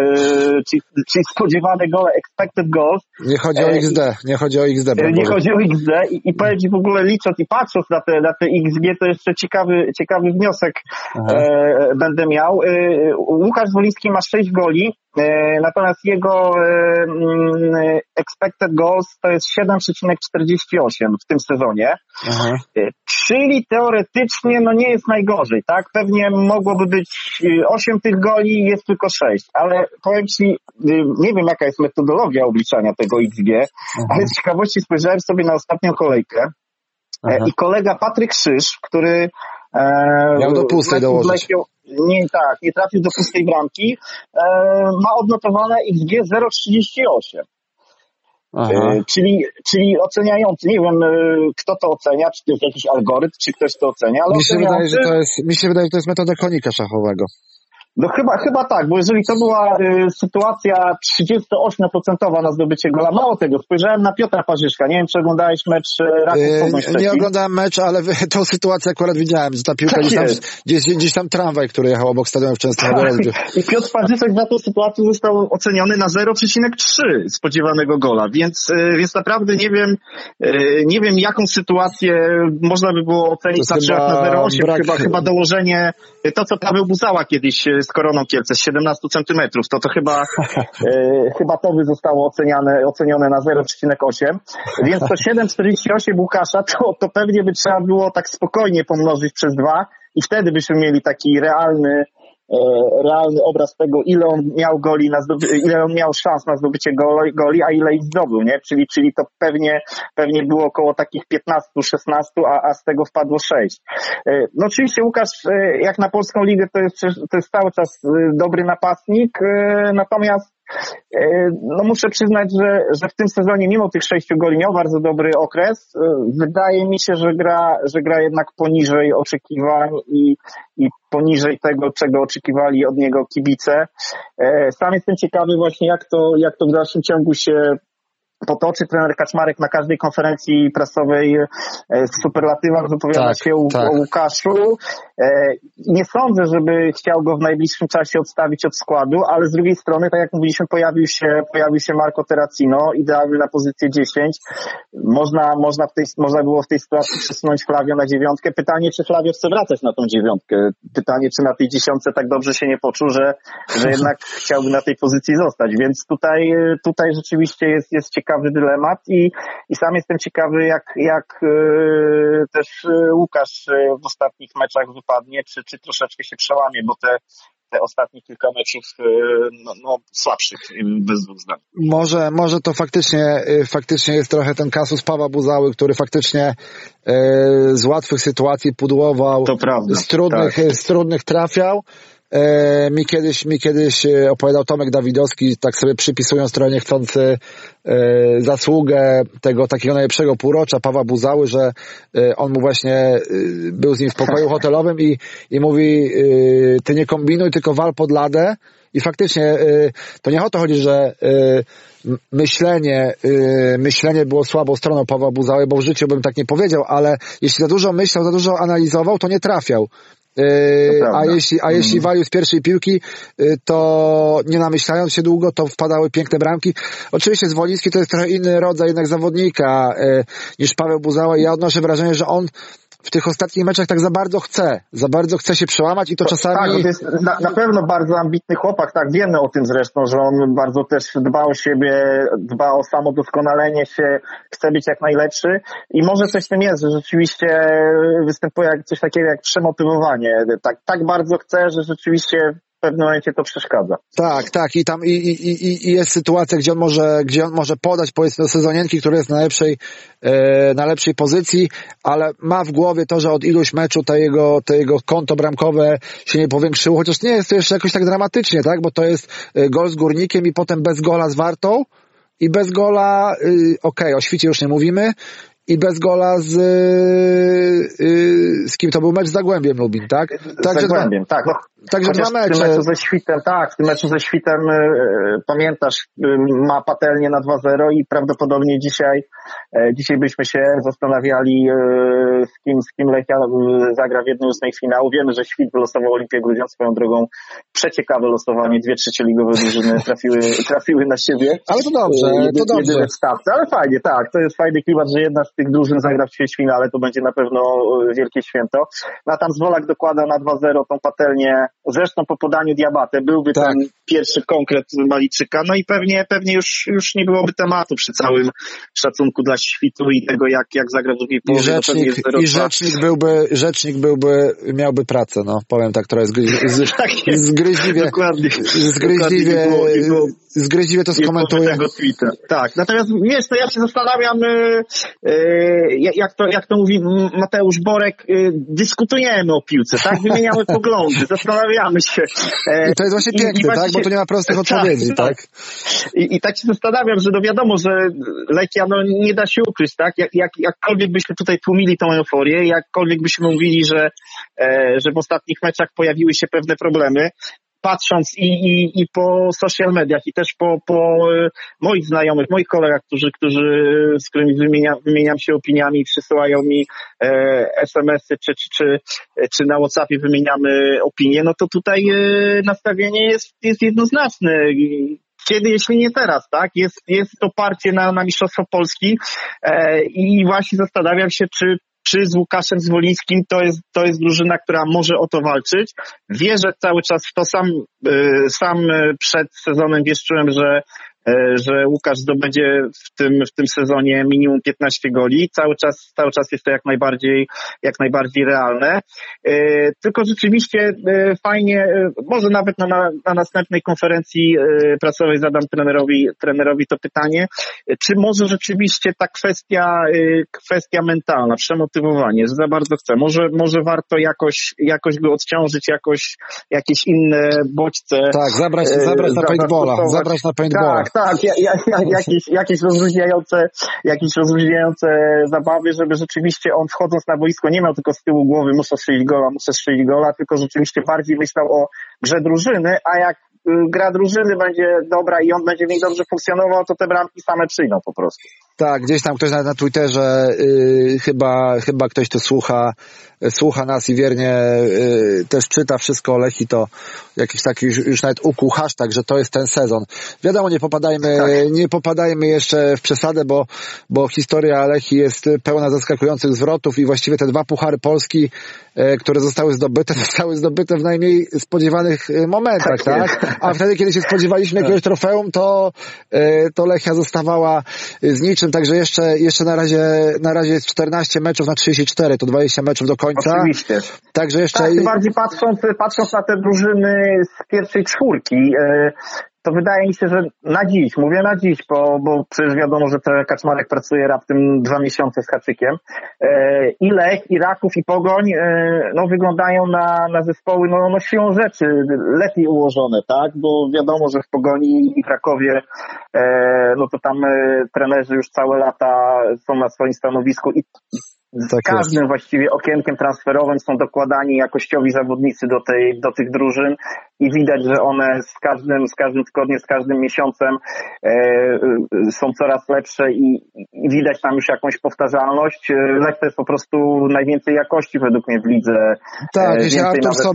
czyli spodziewane gole, expected goals. Nie chodzi o XD. Nie chodzi o XD i powiem ci w ogóle, licząc i patrząc na te XG, to jeszcze ciekawy wniosek będę miał. Łukasz Zwoliński ma 6 goli, natomiast jego expected goals to jest 7,48 w tym sezonie. Aha. Czyli teoretycznie nie jest najgorzej, tak? Pewnie mogłoby być 8 tych goli, jest tylko 6, ale powiem ci, nie wiem jaka jest metodologia obliczania tego XG, ale z ciekawości spojrzałem sobie na ostatnią kolejkę i kolega Patryk Krzyż, który miał do pustej dołożyć. Nie trafił do pustej bramki, ma odnotowane XG 0,38. Czyli oceniający, nie wiem kto to ocenia, czy to jest jakiś algorytm, czy ktoś to ocenia, ale mi się wydaje, że to jest metoda konika szachowego. No chyba tak, bo jeżeli to była sytuacja 38% na zdobycie gola, mało tego, spojrzałem na Piotra Parzyszka, nie wiem, czy oglądałeś mecz Raków Poznań Szczecin. Nie oglądałem meczu, ale tą sytuację akurat widziałem, że ta piłka gdzieś tam tramwaj, który jechał obok stadionu w Częstochowie rozbił. I Piotr Parzyszek za tą sytuację został oceniony na 0,3 spodziewanego gola, więc naprawdę nie wiem jaką sytuację można by było ocenić na przykład na 0,8, chyba dołożenie, to co Paweł Buzała kiedyś z Koroną Kielce z 17 centymetrów, to chyba to by zostało ocenione na 0,8, więc to 7,48 Łukasza to pewnie by trzeba było tak spokojnie pomnożyć przez 2 i wtedy byśmy mieli taki realny obraz tego, ile on miał goli ile on miał szans na zdobycie goli, a ile ich zdobył, nie? Czyli to pewnie było około takich 15-16, a z tego wpadło 6. No oczywiście Łukasz, jak na polską ligę, to jest cały czas dobry napastnik, natomiast no muszę przyznać, że w tym sezonie mimo tych 6 goli miał bardzo dobry okres. Wydaje mi się, że gra jednak poniżej oczekiwań i poniżej tego, czego oczekiwali od niego kibice. Sam jestem ciekawy właśnie, jak to w dalszym ciągu się potoczy. Trener Kaczmarek na każdej konferencji prasowej w superlatywach wypowiada się o Łukaszu. Nie sądzę, żeby chciał go w najbliższym czasie odstawić od składu, ale z drugiej strony, tak jak mówiliśmy, pojawił się Marco Terracino, idealny na pozycję 10. Można było w tej sytuacji przesunąć Flavio na 9. Pytanie, czy Flavio chce wracać na tą 9. Pytanie, czy na tej 10 tak dobrze się nie poczuł, że jednak chciałby na tej pozycji zostać. Więc tutaj rzeczywiście jest ciekawy dylemat i sam jestem ciekawy, jak też Łukasz w ostatnich meczach wypadnie, czy troszeczkę się przełamie, bo te ostatnie kilka meczów słabszych, bez dwóch zdań. Może to faktycznie jest trochę ten kasus Pawła Buzały, który faktycznie z łatwych sytuacji pudłował, to prawda, z trudnych trafiał. Mi kiedyś opowiadał Tomek Dawidowski, tak sobie przypisując trochę niechcący zasługę tego takiego najlepszego półrocza Pawła Buzały, że on mu właśnie był z nim w pokoju hotelowym i mówi, ty nie kombinuj, tylko wal pod ladę. I faktycznie to nie o to chodzi, że myślenie było słabą stroną Pawła Buzały, bo w życiu bym tak nie powiedział, ale jeśli za dużo myślał, za dużo analizował, to nie trafiał. A jeśli walił z pierwszej piłki, to nie namyślając się długo, to wpadały piękne bramki. Oczywiście Zwoliński to jest trochę inny rodzaj jednak zawodnika niż Paweł Buzała i ja odnoszę wrażenie, że on w tych ostatnich meczach tak za bardzo chce się przełamać i to czasami... Tak, to jest na pewno bardzo ambitny chłopak, tak, wiemy o tym zresztą, że on bardzo też dba o siebie, dba o samodoskonalenie się, chce być jak najlepszy i może coś w tym jest, że rzeczywiście występuje coś takiego jak przemotywowanie. Tak bardzo chce, że rzeczywiście w pewnym momencie to przeszkadza. Tak. I tam i jest sytuacja, gdzie on może podać, powiedzmy, do sezonienki, który jest na lepszej pozycji, ale ma w głowie to, że od iluś meczu to jego konto bramkowe się nie powiększyło, chociaż nie jest to jeszcze jakoś tak dramatycznie, tak? Bo to jest gol z Górnikiem i potem bez gola z Wartą i bez gola, o Świcie już nie mówimy, i bez gola z kim to był mecz? Z Zagłębiem Lubin, tak? Z Zagłębiem, tak. No, także 2 mecze. W tym meczu ze Świtem, pamiętasz, ma patelnię na 2-0 i prawdopodobnie dzisiaj byśmy się zastanawiali, z kim Lechia zagra w jednym z tych finałów. Wiemy, że Świt wylosował Olimpię Grudziądz, swoją drogą przeciekawe losowanie, 2 trzecioligowe drużyny trafiły na siebie. Ale to dobrze. W stawce, ale fajnie, tak, to jest fajny klimat, że jedna z tych drużyn zagra w ćwierćfinale, to będzie na pewno wielkie święto. No a tam Zwolak dokłada na 2-0 tą patelnię, zresztą po podaniu Diabate byłby ten pierwszy konkret Maliczyka, no i pewnie już nie byłoby tematu przy całym szacunku dla Świtu i tego, jak zagra w drugiej połowie. I rzecznik miałby pracę, no powiem tak trochę zgryźliwie to skomentuję. Tak, natomiast wiesz, to ja się zastanawiam, jak to mówi Mateusz Borek, dyskutujemy o piłce, tak? Wymieniamy poglądy, zastanawiamy się. I to jest właśnie piękne, tak? Bo tu nie ma prostych odpowiedzi, tak? I tak się zastanawiam, że wiadomo, że Lechia nie da się ukryć, tak? Jakkolwiek byśmy tutaj tłumili tą euforię, jakkolwiek byśmy mówili, że w ostatnich meczach pojawiły się pewne problemy, patrząc i po social mediach, i też po moich znajomych, moich kolegach, z którymi wymieniam się opiniami, przysyłają mi SMS-y, czy na WhatsAppie wymieniamy opinie, no to tutaj nastawienie jest jednoznaczne. Kiedy, jeśli nie teraz, tak? Jest oparcie na Mistrzostwo Polski i właśnie zastanawiam się, czy z Łukaszem Zwolińskim to jest drużyna, która może o to walczyć. Wierzę cały czas w to. Sam przed sezonem wieszczyłem, że Łukasz zdobędzie w tym sezonie minimum 15 goli. Cały czas jest to jak najbardziej realne. Tylko rzeczywiście fajnie, może nawet na następnej konferencji prasowej zadam trenerowi to pytanie, czy może rzeczywiście ta kwestia mentalna, przemotywowanie, że za bardzo chce. Może warto jakoś go odciążyć, jakieś inne bodźce. Tak, zabrać na paintballa. Zabrać na paintballa. Tak, jakieś rozluźniające zabawy, żeby rzeczywiście on wchodząc na boisko nie miał tylko z tyłu głowy muszę strzelić gola, tylko rzeczywiście bardziej myślał o grze drużyny, a jak gra drużyny będzie dobra i on będzie w niej dobrze funkcjonował, to te bramki same przyjdą po prostu. Tak, gdzieś tam ktoś na Twitterze chyba ktoś to słucha nas i wiernie też czyta wszystko o Lechii, to jakiś taki już nawet ukuł hashtag, że to jest ten sezon. Wiadomo, nie popadajmy jeszcze w przesadę, bo historia Lechii jest pełna zaskakujących zwrotów i właściwie te 2 puchary Polski, które zostały zdobyte w najmniej spodziewanych momentach, tak? A wtedy, kiedy się spodziewaliśmy jakiegoś trofeum, to Lechia zostawała z niczym, także jeszcze na razie jest 14 meczów na 34, to 20 meczów do końca. Oczywiście. Także jeszcze... Tak, bardziej patrząc na te drużyny z pierwszej czwórki, to wydaje mi się, że mówię na dziś, bo przecież wiadomo, że Kaczmarek pracuje raptem 2 miesiące z haczykiem. I Lech, i Raków, i Pogoń, wyglądają na zespoły, siłą rzeczy lepiej ułożone, tak? Bo wiadomo, że w Pogoni i w Krakowie, to tam trenerzy już całe lata są na swoim stanowisku i z każdym właściwie okienkiem transferowym są dokładani jakościowi zawodnicy do tych drużyn i widać, że one z każdym tygodniem, z każdym miesiącem są coraz lepsze i widać tam już jakąś powtarzalność. Lech to jest po prostu najwięcej jakości według mnie w lidze. Tak, jeśli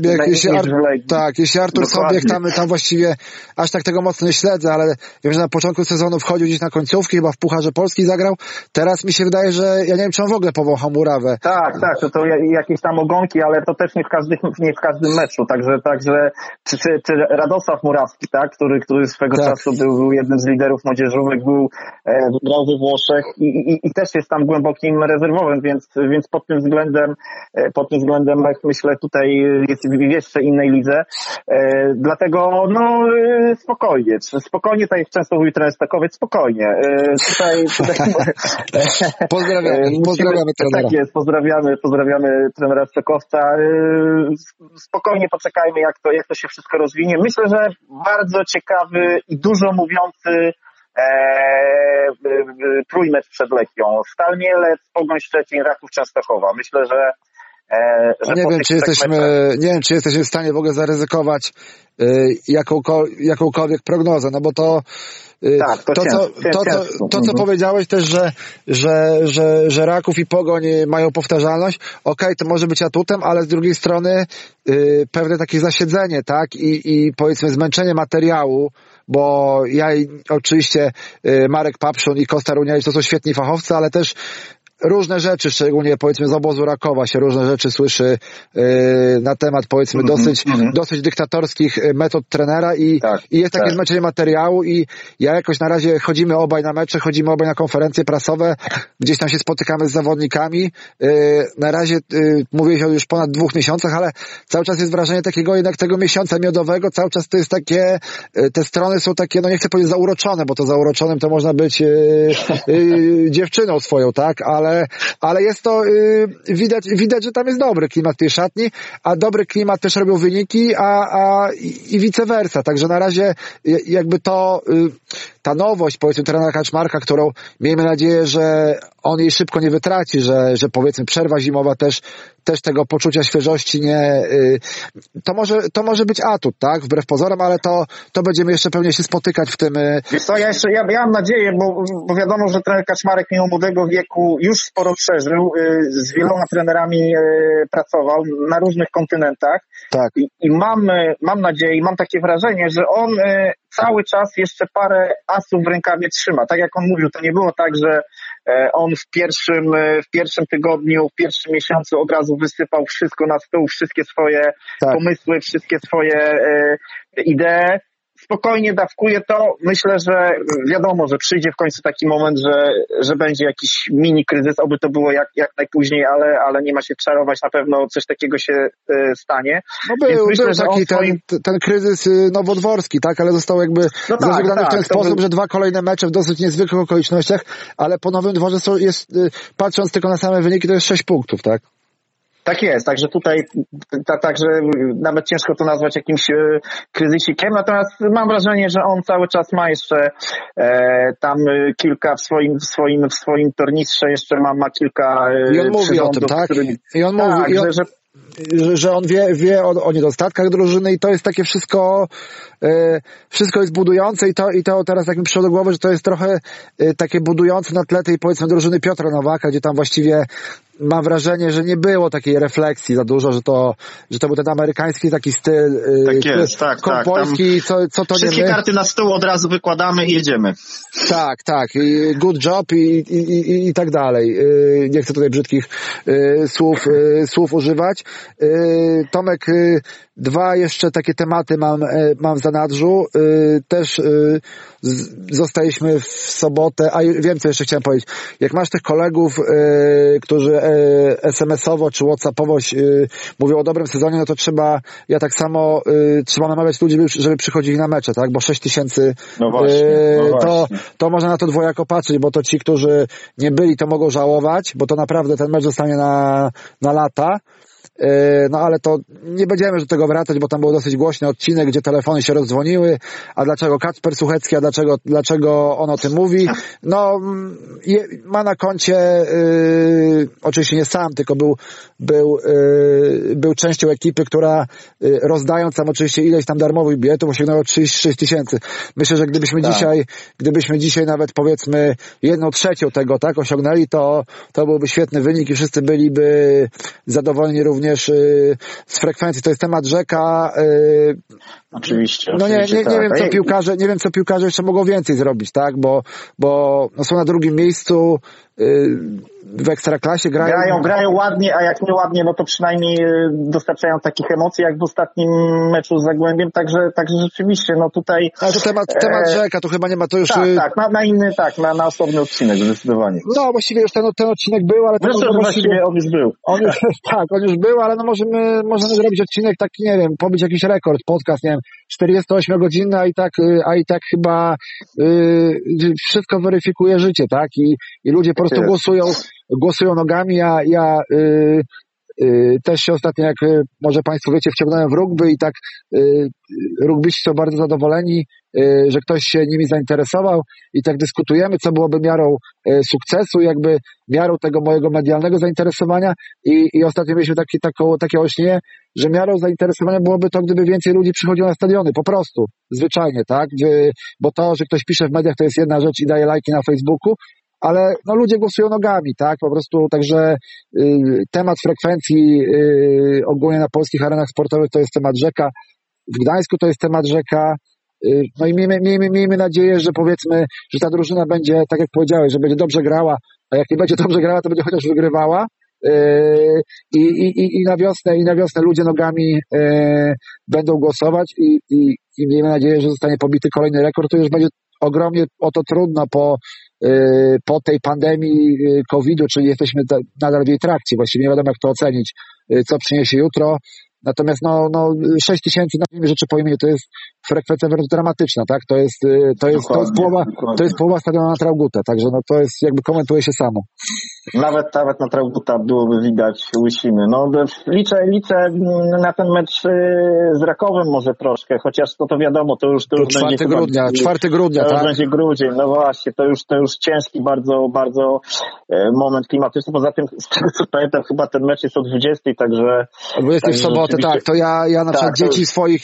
Artur Sobiech tam właściwie aż tak tego mocno nie śledzę, ale wiem, że na początku sezonu wchodził gdzieś na końcówki, chyba w Pucharze Polski zagrał. Teraz mi się wydaje, że ja nie wiem, czy on w ogóle powąchał murawę. Tak, to jakieś tam ogonki, ale to też nie w każdym meczu. Także czy Radosław Murawski, tak, który swego czasu był jednym z liderów młodzieżówek, grał we Włoszech i też jest tam głębokim rezerwowym, więc pod tym względem myślę tutaj jest w jeszcze innej lidze. Dlatego spokojnie, tak jak często mówił trener Stakowiec, spokojnie. Tutaj pozdrawiamy trenera. Tak jest, pozdrawiamy trenera Stakowca. Spokojnie poczekajmy, jak to się wszystko rozwinie. Myślę, że bardzo ciekawy i dużo mówiący trójmecz przed Lechią. Stal Mielec, Pogoń Szczecin, Raków Częstochowa. Myślę, że nie wiem, czy jesteśmy w stanie w ogóle zaryzykować jakąkolwiek prognozę, no bo co powiedziałeś też, że Raków i Pogoń mają powtarzalność, to może być atutem, ale z drugiej strony pewne takie zasiedzenie, tak, i powiedzmy zmęczenie materiału, bo oczywiście Marek Papszun i Kosta Runiewicz to są świetni fachowcy, ale też różne rzeczy, szczególnie powiedzmy z obozu Rakowa się różne rzeczy słyszy na temat powiedzmy dosyć dyktatorskich metod trenera i jest takie zmęczenie materiału i ja jakoś na razie chodzimy obaj na mecze, chodzimy obaj na konferencje prasowe, gdzieś tam się spotykamy z zawodnikami. Na razie mówię o już ponad 2 miesiącach, ale cały czas jest wrażenie takiego jednak tego miesiąca miodowego, cały czas to jest takie, te strony są takie, nie chcę powiedzieć zauroczone, bo to zauroczonym to można być dziewczyną swoją, tak, ale jest to, widać, że tam jest dobry klimat w tej szatni, a dobry klimat też robią wyniki, i vice versa. Także na razie jakby ta nowość, powiedzmy, trenera Kaczmarka, którą miejmy nadzieję, że on jej szybko nie wytraci, że powiedzmy przerwa zimowa też też tego poczucia świeżości to może być atut, tak? Wbrew pozorom, ale to będziemy jeszcze pewnie się spotykać w tym. Wiesz co, ja mam nadzieję, bo wiadomo, że trener Kaczmarek mimo młodego wieku już sporo przeżył, z wieloma trenerami pracował na różnych kontynentach. Tak. I mam nadzieję i mam takie wrażenie, że on cały czas jeszcze parę asów w rękawie trzyma. Tak jak on mówił, to nie było tak, że on w pierwszym tygodniu, w pierwszym miesiącu od razu wysypał wszystko na stół, wszystkie swoje pomysły, wszystkie swoje idee. Spokojnie dawkuje to. Myślę, że wiadomo, że przyjdzie w końcu taki moment, że będzie jakiś mini kryzys, oby to było jak najpóźniej, ale nie ma się czarować, na pewno coś takiego się stanie. No był taki ten kryzys nowodworski, tak, ale został jakby zażegnany w ten sposób, że 2 kolejne mecze w dosyć niezwykłych okolicznościach, ale po Nowym Dworze patrząc tylko na same wyniki, to jest 6 punktów, tak? Tak jest, także tutaj także nawet ciężko to nazwać jakimś kryzysikiem, natomiast mam wrażenie, że on cały czas ma jeszcze tam kilka w swoim tornistrze, jeszcze ma kilka i on mówi o tym, tak? I on mówi, że on wie o niedostatkach drużyny i to jest takie wszystko jest budujące i to teraz tak mi przyszło do głowy, że to jest trochę takie budujące na tle tej, powiedzmy, drużyny Piotra Nowaka, gdzie tam właściwie mam wrażenie, że nie było takiej refleksji za dużo, że to był ten amerykański taki styl. Tak jest, tak. Polski, co to wszystkie nie my. karty na stół od razu wykładamy i jedziemy. Tak. I good job i tak dalej. Nie chcę tutaj brzydkich słów używać. Tomek, 2 jeszcze takie tematy mam w zanadrzu. Też zostaliśmy w sobotę, a wiem, co jeszcze chciałem powiedzieć. Jak masz tych kolegów, którzy SMS-owo czy WhatsAppowo mówią o dobrym sezonie, no to trzeba namawiać ludzi, żeby przychodzili na mecze, tak? Bo 6,000 to można na to dwojako patrzeć, bo to ci, którzy nie byli, to mogą żałować, bo to naprawdę ten mecz zostanie na lata. No ale to nie będziemy do tego wracać, bo tam był dosyć głośny odcinek, gdzie telefony się rozdzwoniły, a dlaczego Kacper Suchecki, a dlaczego on o tym mówi? No, ma na koncie, oczywiście nie sam, tylko był częścią ekipy, która rozdając tam oczywiście ileś tam darmowych biletów osiągnęło 36 000. Myślę, że gdybyśmy dzisiaj nawet powiedzmy 1/3 tego, tak, osiągnęli, to byłby świetny wynik i wszyscy byliby zadowoleni również z frekwencji. To jest temat rzeka. Oczywiście. No nie wiem, co piłkarze jeszcze mogą więcej zrobić, tak? Bo są na drugim miejscu, w Ekstraklasie grają ładnie, a jak nie ładnie, no to przynajmniej dostarczają takich emocji, jak w ostatnim meczu z Zagłębiem, także rzeczywiście, no tutaj... Ale to temat rzeka, to chyba nie ma to już... na inny, na osobny odcinek, zdecydowanie. No, właściwie już ten odcinek był, ale... Właściwie on już był. On już był, ale no możemy zrobić odcinek taki, nie wiem, pobić jakiś rekord, podcast, nie wiem, 48-godzinny, a i tak chyba wszystko weryfikuje życie, tak? I ludzie po prostu głosują nogami. Ja też się ostatnio, jak może Państwo wiecie, wciągnąłem w rugby i tak rugbyści są bardzo zadowoleni, że ktoś się nimi zainteresował i tak dyskutujemy, co byłoby miarą sukcesu, jakby miarą tego mojego medialnego zainteresowania i ostatnio mieliśmy takie olśnienie, że miarą zainteresowania byłoby to, gdyby więcej ludzi przychodziło na stadiony, po prostu, zwyczajnie, tak? Bo to, że ktoś pisze w mediach, to jest jedna rzecz i daje lajki na Facebooku, ale no ludzie głosują nogami, tak, po prostu, także temat frekwencji ogólnie na polskich arenach sportowych to jest temat rzeka, w Gdańsku to jest temat rzeka, no i miejmy nadzieję, że powiedzmy, że ta drużyna będzie, tak jak powiedziałeś, że będzie dobrze grała, a jak nie będzie dobrze grała, to będzie chociaż wygrywała i na wiosnę ludzie nogami będą głosować i miejmy nadzieję, że zostanie pobity kolejny rekord, to już będzie ogromnie o to trudno po tej pandemii COVID-u, czyli jesteśmy nadal w jej trakcie, właściwie nie wiadomo jak to ocenić, co przyniesie jutro, Natomiast 6 000, nazwijmy rzeczy po imieniu, to jest frekwencja wręcz dramatyczna, tak? To jest połowa stadionu na Traugutta, także to jest jakby komentuje się samo. Nawet na Traugutta byłoby widać łysiny. Liczę na ten mecz z Rakowem może troszkę, chociaż to wiadomo, to już 4 grudnia, to tak? już będzie grudzień, no właśnie, to już ciężki bardzo, bardzo moment klimatyczny. Poza tym, z tego co pamiętam, chyba ten mecz jest o 20, także... O 20 w sobotę, tak, to ja na przykład dzieci swoich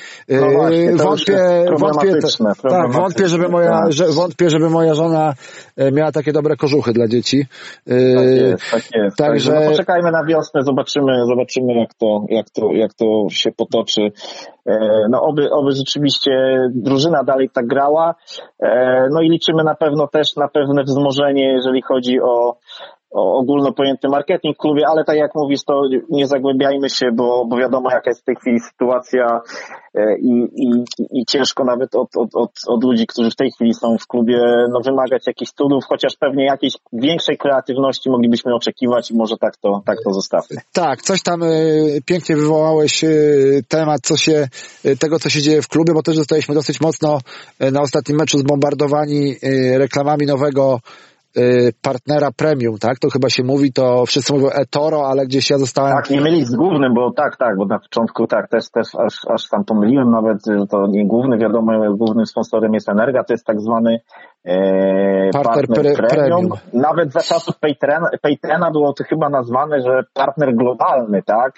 wątpię, żeby moja żona miała takie dobre kożuchy dla dzieci. Tak jest. Także poczekajmy na wiosnę, zobaczymy jak to się potoczy. Oby rzeczywiście drużyna dalej tak grała. I liczymy na pewno też na pewne wzmożenie, jeżeli chodzi o ogólno pojęty marketing w klubie, ale tak jak mówisz, to nie zagłębiajmy się, bo wiadomo jaka jest w tej chwili sytuacja i ciężko nawet od ludzi, którzy w tej chwili są w klubie, wymagać jakichś cudów, chociaż pewnie jakiejś większej kreatywności moglibyśmy oczekiwać i może tak to zostawmy. Tak, coś tam pięknie wywołałeś temat tego, co się dzieje w klubie, bo też zostaliśmy dosyć mocno na ostatnim meczu zbombardowani reklamami nowego partnera premium, tak? To chyba się mówi, to wszyscy mówią eToro, ale gdzieś ja zostałem... Tak, nie mylić z głównym, bo bo na początku też aż tam pomyliłem nawet, że to nie główny, wiadomo, głównym sponsorem jest Energa, to jest tak zwany partner premium. Nawet za czasów Paytrena było to chyba nazwane, że partner globalny, tak?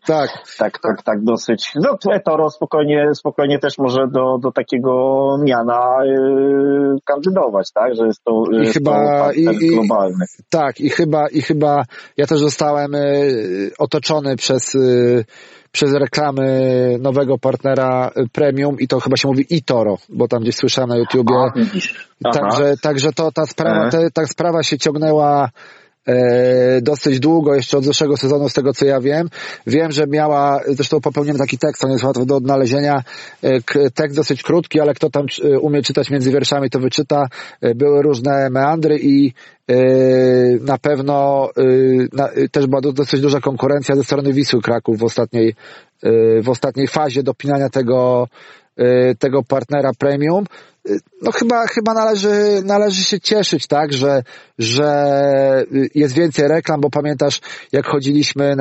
Tak dosyć. eToro spokojnie też może do takiego miana kandydować, tak? Że jest to partner globalny. Tak, i chyba ja też zostałem otoczony przez reklamy nowego partnera premium i to chyba się mówi eToro, bo tam gdzieś słyszałem na YouTubie. Także to ta sprawa się ciągnęła dosyć długo, jeszcze od zeszłego sezonu, z tego co ja wiem. Wiem, że zresztą popełniłem taki tekst, on jest łatwy do odnalezienia, tekst dosyć krótki, ale kto tam umie czytać między wierszami, to wyczyta. Były różne meandry i na pewno też była dosyć duża konkurencja ze strony Wisły Kraków w ostatniej fazie dopinania tego partnera premium. Chyba należy się cieszyć, tak, że jest więcej reklam, bo pamiętasz, jak chodziliśmy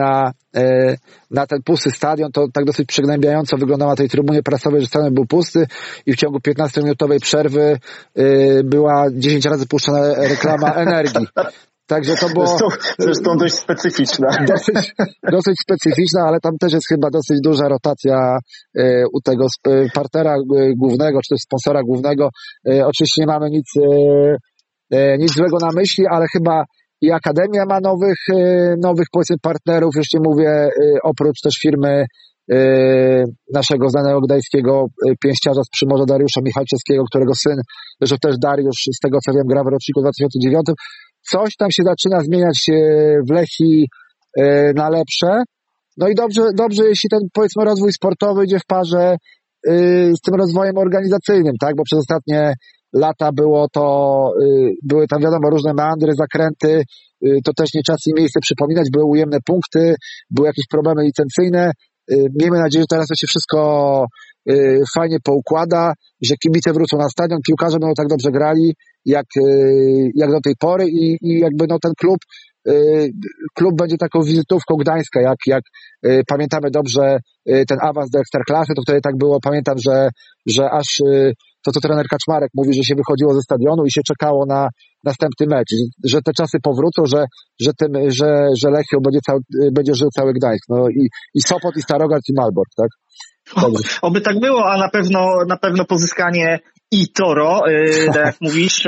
na ten pusty stadion, to tak dosyć przygnębiająco wyglądało na tej trybunie prasowej, że stadion był pusty i w ciągu 15-minutowej przerwy była 10 razy puszczana reklama Energii. Także to było... Zresztą dość specyficzna. Dosyć specyficzna, ale tam też jest chyba dosyć duża rotacja u tego partnera głównego, czy też sponsora głównego. Oczywiście nie mamy nic złego na myśli, ale chyba i Akademia ma nowych powiedzmy partnerów, już nie mówię oprócz też firmy naszego znanego gdańskiego pięściarza z Przymorza Dariusza Michalczewskiego, którego syn, zresztą też Dariusz, z tego co wiem, gra w roczniku 2009. Coś tam się zaczyna zmieniać w Lechii na lepsze. I dobrze, jeśli ten, powiedzmy, rozwój sportowy idzie w parze z tym rozwojem organizacyjnym, tak? Bo przez ostatnie lata były tam wiadomo różne meandry, zakręty, to też nie czas i miejsce przypominać, były ujemne punkty, były jakieś problemy licencyjne. Miejmy nadzieję, że teraz to się wszystko fajnie poukłada, że kibice wrócą na stadion, piłkarze będą tak dobrze grali, jak do tej pory i jakby ten klub będzie taką wizytówką Gdańska, jak pamiętamy dobrze ten awans do Ekstraklasy, to wtedy tak było, pamiętam, że aż to, co trener Kaczmarek mówi, że się wychodziło ze stadionu i się czekało na następny mecz, że te czasy powrócą, że Lechią będzie żył cały Gdańsk, i Sopot, i Starogard, i Malbork, tak? Oby tak było, a na pewno pozyskanie eToro, tak jak mówisz,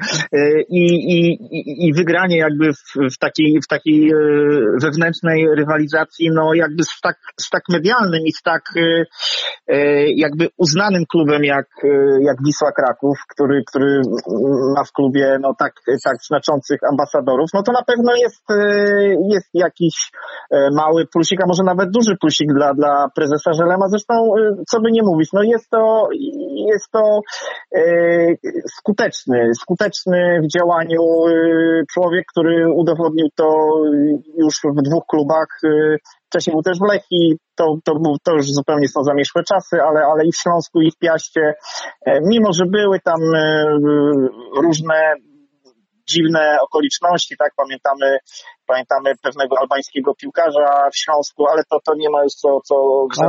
i wygranie jakby w takiej wewnętrznej rywalizacji, jakby z tak medialnym i z tak jakby uznanym klubem jak Wisła Kraków, który ma w klubie tak znaczących ambasadorów, to na pewno jest jakiś mały plusik, a może nawet duży plusik dla prezesa Żelema. Zresztą, co by nie mówić, jest jest to skuteczny w działaniu człowiek, który udowodnił to już w 2 klubach. Wcześniej był też w Lechii, to już zupełnie są zamieszłe czasy, ale i w Śląsku, i w Piaście, mimo że były tam różne dziwne okoliczności, tak, pamiętamy pewnego albańskiego piłkarza w Śląsku, ale to nie ma już co a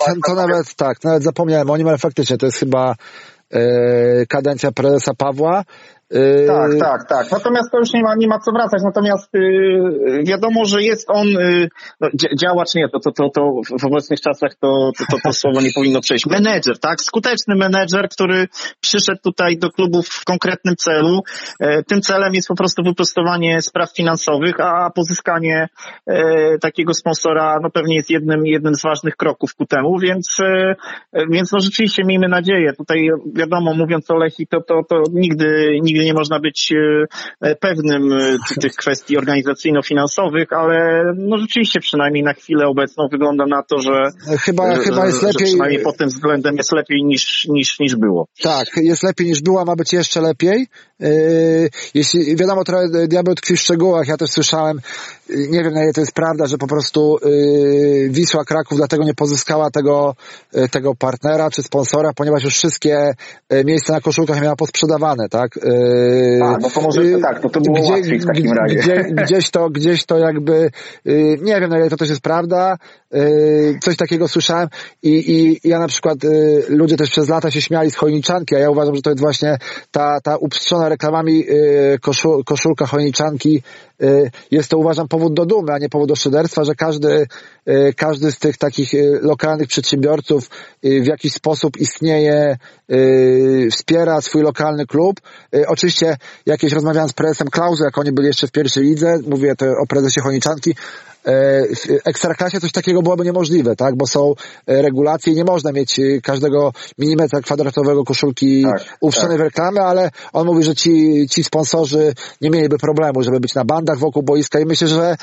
to nawet zapomniałem o nim, ale faktycznie to jest chyba kadencja prezesa Pawła. Tak. Natomiast to już nie ma co wracać. Natomiast wiadomo, że jest on działacz, nie, to w obecnych czasach to słowo nie powinno przejść. Menedżer, tak? Skuteczny menedżer, który przyszedł tutaj do klubu w konkretnym celu. Tym celem jest po prostu wyprostowanie spraw finansowych, a pozyskanie takiego sponsora no pewnie jest jednym z ważnych kroków ku temu, więc no rzeczywiście miejmy nadzieję. Tutaj wiadomo, mówiąc o Lechii, to nigdy nie można być pewnym tych kwestii organizacyjno-finansowych, ale no rzeczywiście przynajmniej na chwilę obecną wygląda na to, że chyba jest lepiej. Że przynajmniej pod tym względem jest lepiej niż było. Tak, jest lepiej niż było, a ma być jeszcze lepiej. Jeśli wiadomo, trochę diabeł tkwi w szczegółach, ja też słyszałem, nie wiem na ile to jest prawda, że po prostu Wisła Kraków dlatego nie pozyskała tego partnera czy sponsora, ponieważ już wszystkie miejsca na koszulkach miała posprzedawane, tak? No to może to było łatwiej w takim razie. Gdzieś to jakby, nie wiem na ile to też jest prawda, coś takiego słyszałem i ja na przykład, ludzie też przez lata się śmiali z Chojniczanki, a ja uważam, że to jest właśnie ta upstrzona reklamami koszulka Chojniczanki, jest to, uważam, powód do dumy, a nie powód do szyderstwa, że każdy z tych takich lokalnych przedsiębiorców w jakiś sposób istnieje, wspiera swój lokalny klub. Oczywiście jakieś rozmawiałem z prezesem Klausu, jak oni byli jeszcze w pierwszej lidze, mówię to o prezesie Chojniczanki, w Ekstraklasie coś takiego byłoby niemożliwe, tak? Bo są regulacje i nie można mieć każdego milimetra kwadratowego koszulki uwstrzonej w reklamę, ale on mówi, że ci sponsorzy nie mieliby problemu, żeby być na bandach wokół boiska i myślę, że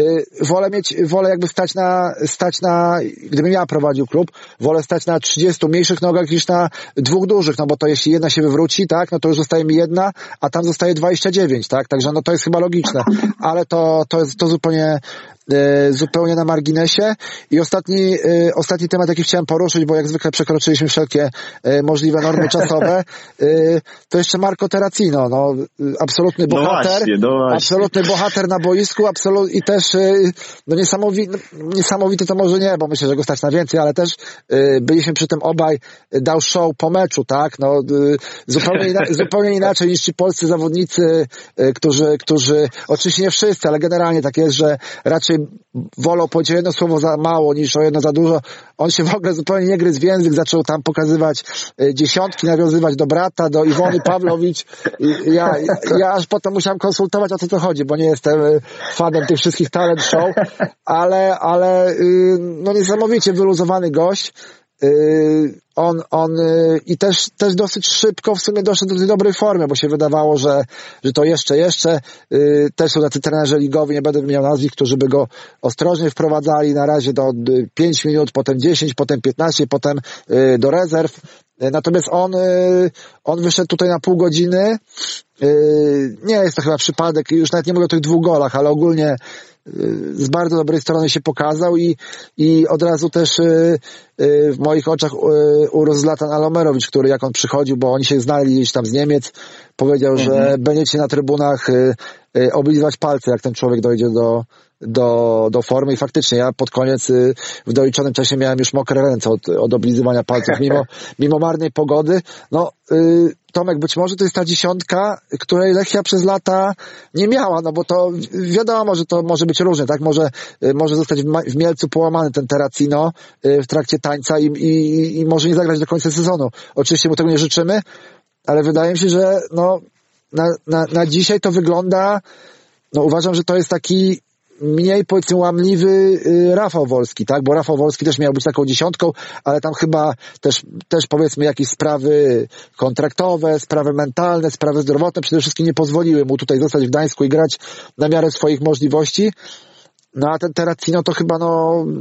wolę jakby stać na, gdybym ja prowadził klub, wolę stać na 30 mniejszych nogach niż na 2 dużych, no bo to jeśli jedna się wywróci, tak, no to już zostaje mi jedna, a tam zostaje 29, tak? Także no to jest chyba logiczne, ale to jest zupełnie na marginesie. I ostatni temat, jaki chciałem poruszyć, bo jak zwykle przekroczyliśmy wszelkie możliwe normy czasowe, to jeszcze Marco Terracino, no absolutny bohater, absolutny bohater na boisku, i też no niesamowity to może nie, bo myślę, że go stać na więcej, ale też byliśmy przy tym obaj, dał show po meczu, tak, no zupełnie inaczej niż ci polscy zawodnicy, którzy oczywiście nie wszyscy, ale generalnie tak jest, że raczej wolał powiedzieć jedno słowo za mało niż o jedno za dużo. On się w ogóle zupełnie nie gryzł w język, zaczął tam pokazywać dziesiątki, nawiązywać do brata, do Iwony Pawłowicz. Ja aż potem musiałem konsultować, o co to chodzi, bo nie jestem fanem tych wszystkich talent show, ale no niesamowicie wyluzowany gość. On i też dosyć szybko w sumie doszedł do tej dobrej formy, bo się wydawało, że to jeszcze też są tacy trenerzy ligowi, nie będę wymieniał nazwisk, którzy by go ostrożnie wprowadzali na razie do 5 minut, potem 10, potem 15, potem do rezerw. Natomiast on wyszedł tutaj na pół godziny. Nie jest to chyba przypadek, już nawet nie mówię o tych 2 golach, ale ogólnie z bardzo dobrej strony się pokazał i od razu też w moich oczach urósł Zlatan Alomerowicz, który jak on przychodził, bo oni się znali gdzieś tam z Niemiec, powiedział, że będziecie na trybunach oblizywać palce, jak ten człowiek dojdzie do formy i faktycznie ja pod koniec w doliczonym czasie miałem już mokre ręce od oblizywania palców, mimo marnej pogody. No Tomek, być może to jest ta dziesiątka, której Lechia przez lata nie miała, no bo to wiadomo, że to może być różne, tak? Może zostać w Mielcu połamany ten Terracino w trakcie tańca i może nie zagrać do końca sezonu. Oczywiście mu tego nie życzymy, ale wydaje mi się, że no na dzisiaj to wygląda, no uważam, że to jest taki mniej, powiedzmy, łamliwy Rafał Wolski, tak? Bo Rafał Wolski też miał być taką dziesiątką, ale tam chyba też powiedzmy jakieś sprawy kontraktowe, sprawy mentalne, sprawy zdrowotne przede wszystkim nie pozwoliły mu tutaj zostać w Gdańsku i grać na miarę swoich możliwości. No a ten Terracino to chyba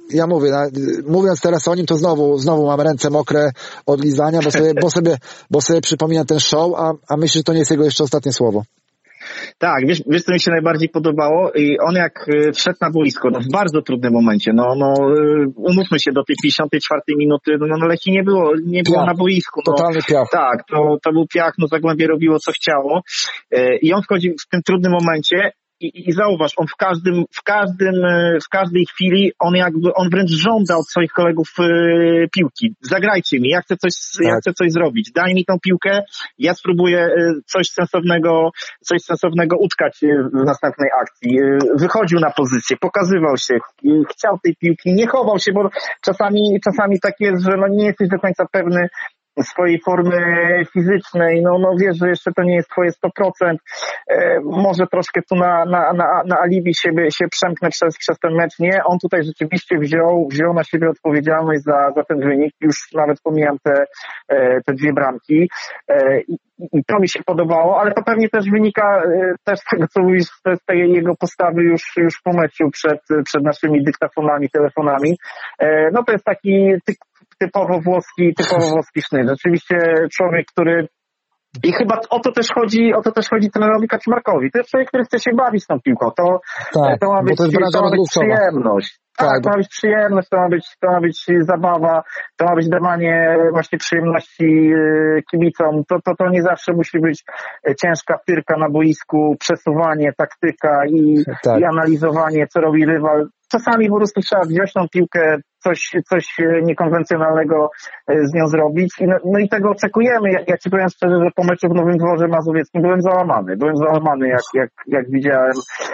ja mówię, mówiąc teraz o nim, to znowu mam ręce mokre od lizania, bo sobie przypominam ten show, a myślę, że to nie jest jego jeszcze ostatnie słowo. Tak, wiesz co mi się najbardziej podobało? I on jak wszedł na boisko, w bardzo trudnym momencie, umówmy się, do tej 54 minuty, Lechii nie było na boisku. Totalny piach. Tak, to był piach, Zagłębie robiło co chciało. I on wchodzi w tym trudnym momencie. I zauważ, on w każdej chwili on wręcz żąda od swoich kolegów piłki. Zagrajcie mi, ja chcę coś zrobić. Daj mi tą piłkę, ja spróbuję coś sensownego utkać w następnej akcji. Wychodził na pozycję, pokazywał się, chciał tej piłki, nie chował się, bo czasami tak jest, że nie jesteś do końca pewny swojej formy fizycznej, wiesz, że jeszcze to nie jest twoje 100%, może troszkę tu na alibi się przemknę przez ten mecz, nie, on tutaj rzeczywiście wziął na siebie odpowiedzialność za ten wynik, już nawet pomijam te dwie bramki i to mi się podobało, ale to pewnie też wynika też z tego, co mówisz, z tej jego postawy już po meczu przed naszymi dyktafonami, telefonami, to jest taki typowo włoski sznyt. Rzeczywiście człowiek, który i chyba o to też chodzi trenerowi Kaczmarkowi. To jest człowiek, który chce się bawić tą piłką. To ma być przyjemność. Tak, to ma być przyjemność, to ma być zabawa, to ma być dawanie właśnie przyjemności kibicom. To nie zawsze musi być ciężka pyrka na boisku, przesuwanie, taktyka i analizowanie, co robi rywal. Czasami po prostu trzeba wziąć tą piłkę, coś niekonwencjonalnego z nią zrobić. I tego oczekujemy. Ja ci powiem szczerze, że po meczu w Nowym Dworze Mazowieckim byłem załamany, jak widziałem,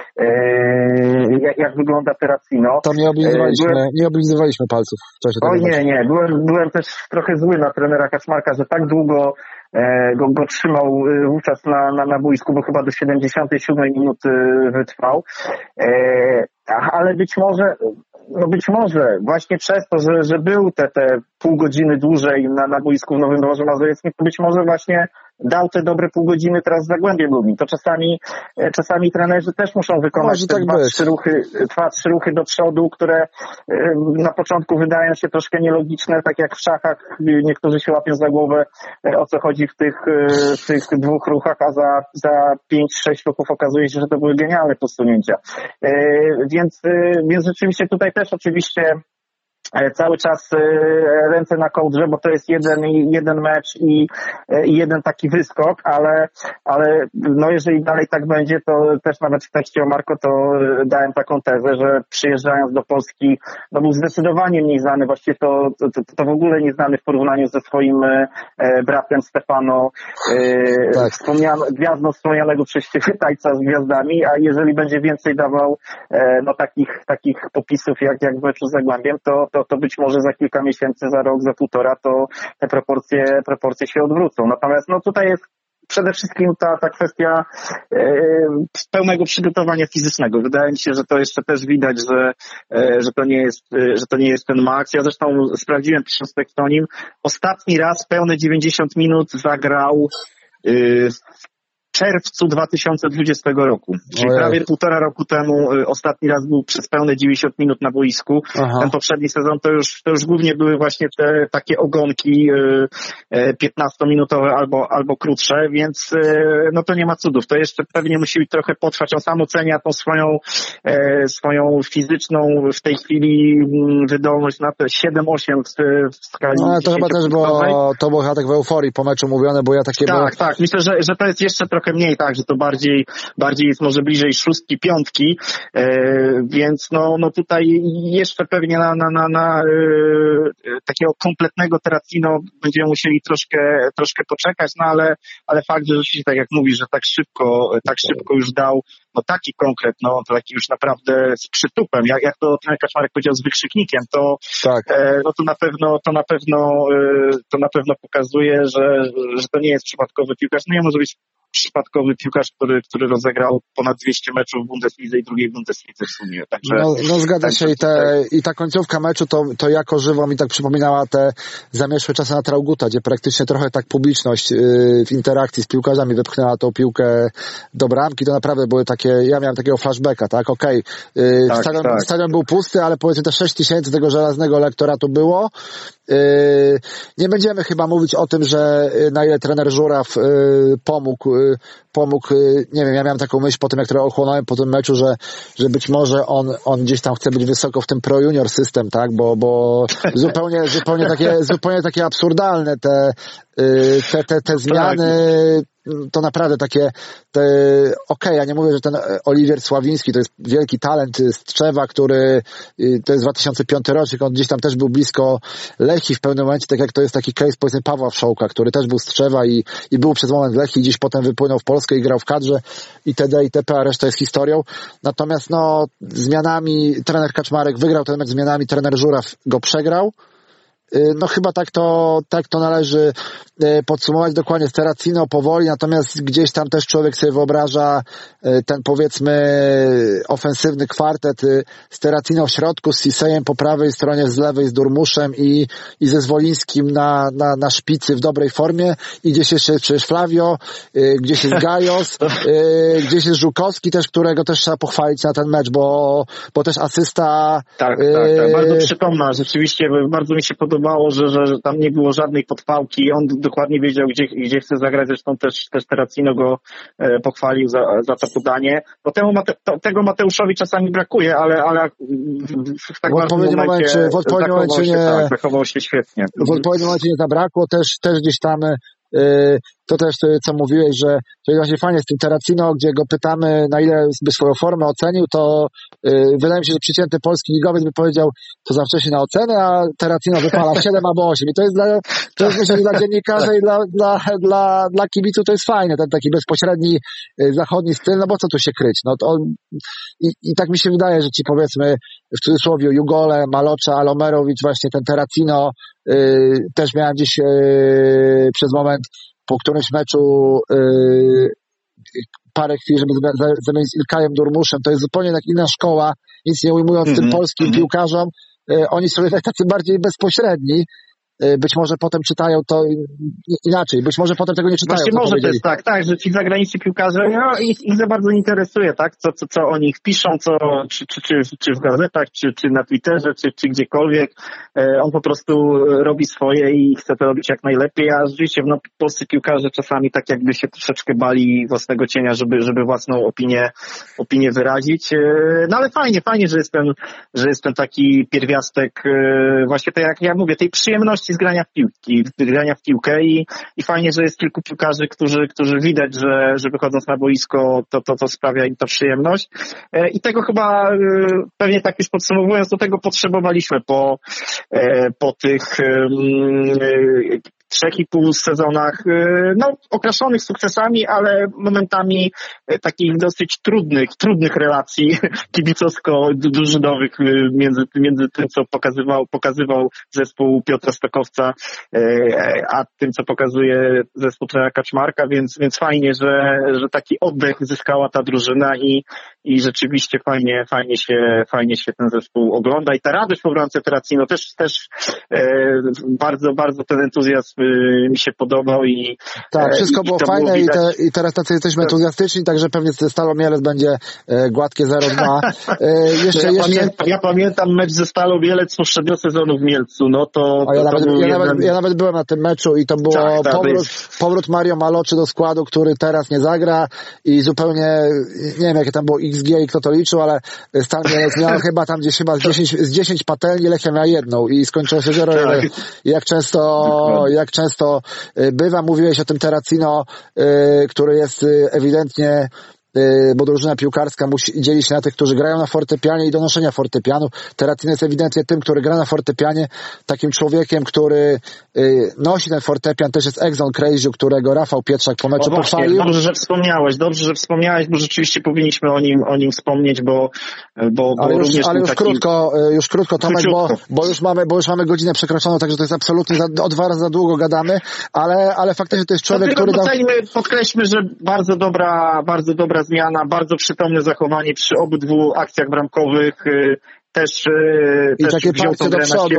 jak wygląda Terracino. To nie oblizywaliśmy palców w czasie tego meczu. Nie. Byłem też trochę zły na trenera Kaczmarka, że tak długo go trzymał wówczas na boisku, bo chyba do 77 minuty wytrwał. Ale być może właśnie przez to, że był te pół godziny dłużej na boisku w Nowym Dworze Mazowieckim, to być może właśnie dał te dobre pół godziny teraz z Zagłębiem Lubin. To czasami trenerzy też muszą wykonać te dwa, trzy ruchy do przodu, które na początku wydają się troszkę nielogiczne, tak jak w szachach niektórzy się łapią za głowę, o co chodzi w tych dwóch ruchach, a za 5-6 ruchów okazuje się, że to były genialne posunięcia. Więc rzeczywiście tutaj też oczywiście cały czas ręce na kołdrze, bo to jest jeden mecz i jeden taki wyskok, ale jeżeli dalej tak będzie, to też nawet w tekście o Marco to dałem taką tezę, że przyjeżdżając do Polski, był zdecydowanie mniej znany, właściwie to w ogóle nie znany w porównaniu ze swoim bratem Stefano, gwiazdą wspomnianego przez ciebie tańca z gwiazdami, a jeżeli będzie więcej dawał takich popisów jak w meczu z Zagłębiem, to być może za kilka miesięcy, za rok, za półtora, to te proporcje się odwrócą. Natomiast tutaj jest przede wszystkim ta kwestia pełnego przygotowania fizycznego. Wydaje mi się, że to jeszcze też widać, że to nie jest ten maks. Ja zresztą sprawdziłem, pisząc tekst o nim, ostatni raz pełne 90 minut zagrał w czerwcu 2020 roku. Czyli prawie półtora roku temu ostatni raz był przez pełne 90 minut na boisku. Ten poprzedni sezon to już głównie były właśnie te takie ogonki 15-minutowe albo krótsze, więc to nie ma cudów. To jeszcze pewnie musi trochę potrwać. On sam ocenia tą swoją fizyczną w tej chwili wydolność na te 7-8 w skali. To chyba też to było chyba tak w euforii po meczu mówione, bo ja takie... Tak. Myślę, że to jest jeszcze trochę mniej, tak, że to bardziej jest może bliżej 6, 5, więc tutaj jeszcze pewnie na takiego kompletnego Terracino będziemy musieli troszkę poczekać, ale fakt, że rzeczywiście, tak jak mówisz, że tak szybko już dał taki konkret, to taki już naprawdę z przytupem, jak to trener Kaczmarek powiedział, z wykrzyknikiem, to na pewno pokazuje, że to nie jest przypadkowy piłkarz. Nie może być przypadkowy piłkarz, który rozegrał ponad 200 meczów w Bundeslidze i drugiej Bundeslidze w sumie. Także, no zgadza się i ta końcówka meczu to jako żywo mi tak przypominała te zamieszłe czasy na Trauguta, gdzie praktycznie trochę tak publiczność w interakcji z piłkarzami wypchnęła tą piłkę do bramki. To naprawdę były takie, ja miałem takiego flashbacka, tak? Okej, stadion był pusty, ale powiedzmy te 6 000 tego żelaznego elektoratu było. Nie będziemy chyba mówić o tym, że na ile trener Żuraw pomógł, nie wiem, ja miałem taką myśl po tym, jak trochę ochłonąłem po tym meczu, że być może on gdzieś tam chce być wysoko w tym Pro Junior system, tak, bo zupełnie takie absurdalne te zmiany, to naprawdę takie, ja nie mówię, że ten Oliwier Sławiński to jest wielki talent z Tczewa, który to jest 2005 rocznik, on gdzieś tam też był blisko Lechii w pewnym momencie, tak jak to jest taki case powiedzmy Pawła Wszołka, który też był z Tczewa i był przez moment w Lechii, gdzieś potem wypłynął w Polskę i grał w kadrze itd. itp., a reszta jest historią. Natomiast zmianami trener Kaczmarek wygrał ten mecz zmianami, trener Żuraw go przegrał. No chyba tak to należy podsumować dokładnie. Terracino powoli, natomiast gdzieś tam też człowiek sobie wyobraża ten powiedzmy ofensywny kwartet z Terracino w środku, z Cisejem po prawej stronie, z lewej z Durmuszem i ze Zwolińskim na szpicy w dobrej formie i gdzieś jeszcze jest przecież Flavio, gdzieś jest Gajos, gdzieś jest Żukowski też, którego też trzeba pochwalić na ten mecz, bo też asysta. Tak. Bardzo przytomna, rzeczywiście bardzo mi się podobało, że tam nie było żadnej podpałki. On dokładnie wiedział, gdzie chce zagrać. Zresztą też Terracino go pochwalił za to podanie. Bo tego Mateuszowi czasami brakuje, ale w tak ważnym momencie zachował się świetnie. W odpowiednim momencie nie zabrakło. Też gdzieś tam to też, co mówiłeś, że to jest właśnie fajnie z tym Terracino, gdzie go pytamy, na ile by swoją formę ocenił, to wydaje mi się, że przeciętny polski ligowiec by powiedział, to za wcześnie na ocenę, a Terracino wypala 7 albo 8. I to jest myślę, że dla dziennikarzy i dla kibiców to jest fajne, ten taki bezpośredni zachodni styl, no bo co tu się kryć? I tak mi się wydaje, że ci powiedzmy w cudzysłowie Jugole, Malocza, Alomerowicz, właśnie ten Terracino, też miałem gdzieś przez moment po którymś meczu parę chwil, żeby zamienić z Ilkajem Durmuszem. To jest zupełnie tak inna szkoła, nic nie ujmując tym polskim piłkarzom. Oni są jednak tacy bardziej bezpośredni. Być może potem czytają to inaczej, być może potem tego nie czytają. Właśnie może to jest tak, że ci zagraniczni piłkarze, ich za bardzo nie interesuje, tak, co o nich piszą, czy w gazetach, czy na Twitterze, czy gdziekolwiek. On po prostu robi swoje i chce to robić jak najlepiej, a rzeczywiście polscy piłkarze czasami tak jakby się troszeczkę bali własnego cienia, żeby własną opinię wyrazić. No ale fajnie, że jest ten taki pierwiastek, właśnie tak jak ja mówię, tej przyjemności z grania w piłkę i fajnie, że jest kilku piłkarzy, którzy widać, że wychodząc na boisko, to sprawia im to przyjemność. I tego chyba, pewnie tak już podsumowując, do tego potrzebowaliśmy po tych 3,5 sezonach, okraszonych sukcesami, ale momentami takich dosyć trudnych relacji kibicowsko-drużynowych między tym, co pokazywał zespół Piotra Stokowca, a tym, co pokazuje zespół trenera Kaczmarka, więc fajnie, że taki oddech zyskała ta drużyna i rzeczywiście fajnie się ten zespół ogląda i ta radość po bramce Terracino też bardzo, bardzo ten entuzjazm mi się podobał i tak, wszystko było fajne i teraz tacy jesteśmy entuzjastyczni, także pewnie Stalą Mielec będzie gładkie 0-2. Ja pamiętam mecz ze Stalą Mielec sprzed sezonu w Mielcu, ja nawet byłem na tym meczu i to było powrót Mario Maloczy do składu, który teraz nie zagra i zupełnie nie wiem jakie tam było XG i kto to liczył, ale Stal Mielec miał chyba tam gdzieś z 10 patelni, Lechia miała jedną i skończyło się 0-1. Tak. Jak często bywa, mówiłeś o tym Terracino, który jest ewidentnie bo drużyna piłkarska dzieli się na tych, którzy grają na fortepianie i do noszenia fortepianu. Teratin jest ewidentnie tym, który gra na fortepianie. Takim człowiekiem, który nosi ten fortepian, też jest Exxon Crazy, którego Rafał Pietrzak po meczu pochwalił. Dobrze, że wspomniałeś, bo rzeczywiście powinniśmy o nim wspomnieć, bo już krótko, Tomek, bo już mamy godzinę przekroczoną, także to jest absolutnie o 2 razy za długo gadamy, ale faktycznie to jest człowiek, który podkreślmy, że bardzo dobra zmiana, bardzo przytomne zachowanie przy obydwu akcjach bramkowych. I takie parcie do przodu,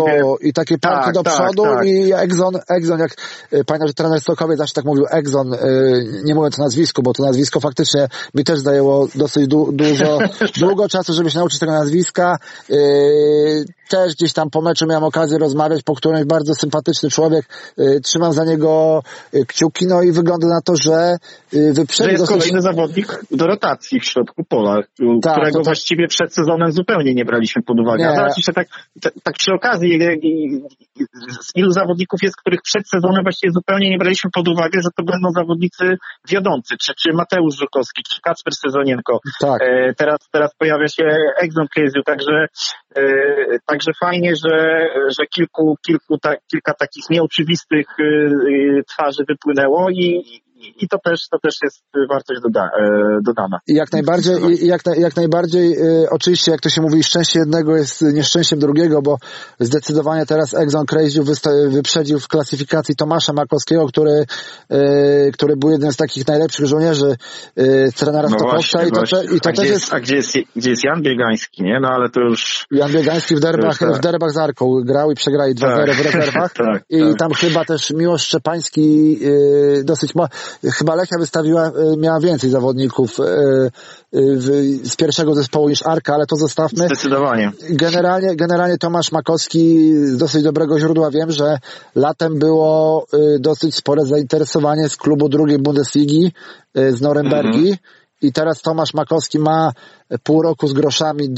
i Exxon, jak pamiętam, że trener Stokowiec zawsze tak mówił Exxon, nie mówiąc o nazwisku, bo to nazwisko faktycznie mi też zajęło dosyć długo czasu, żeby się nauczyć tego nazwiska. Też gdzieś tam po meczu miałem okazję rozmawiać, po którymś bardzo sympatyczny człowiek, trzymam za niego kciuki, no i wygląda na to, że wyprzedził. Jest kolejny zawodnik do rotacji w środku pola, którego właściwie przed sezonem zupełnie nie braliśmy pod uwagę. A zobaczcie się tak przy okazji, z ilu zawodników jest, których przed sezonem właściwie zupełnie nie braliśmy pod uwagę, że to będą zawodnicy wiodący, czy Mateusz Żukowski, czy Kacper Sezonienko. Tak. Teraz pojawia się Exxon Crazy, także fajnie, że kilka takich nieoczywistych twarzy wypłynęło i to też jest wartość dodana. Jak najbardziej, oczywiście, jak to się mówi, szczęście jednego jest nieszczęściem drugiego, bo zdecydowanie teraz Exxon Crazy wyprzedził w klasyfikacji Tomasza Makowskiego, który był jednym z takich najlepszych żołnierzy trenera Stokowca. Gdzie jest Jan Biegański, nie? No ale to już... Jan Biegański w derbach z Arką grał i przegrali 2-0 w rezerwach. Tam chyba też Miłosz Szczepański dosyć chyba Lechia miała więcej zawodników z pierwszego zespołu niż Arka, ale to zostawmy. Zdecydowanie. Generalnie Tomasz Makowski z dosyć dobrego źródła wiem, że latem było dosyć spore zainteresowanie z klubu drugiej Bundesligi z Norymbergi i teraz Tomasz Makowski ma pół roku z groszami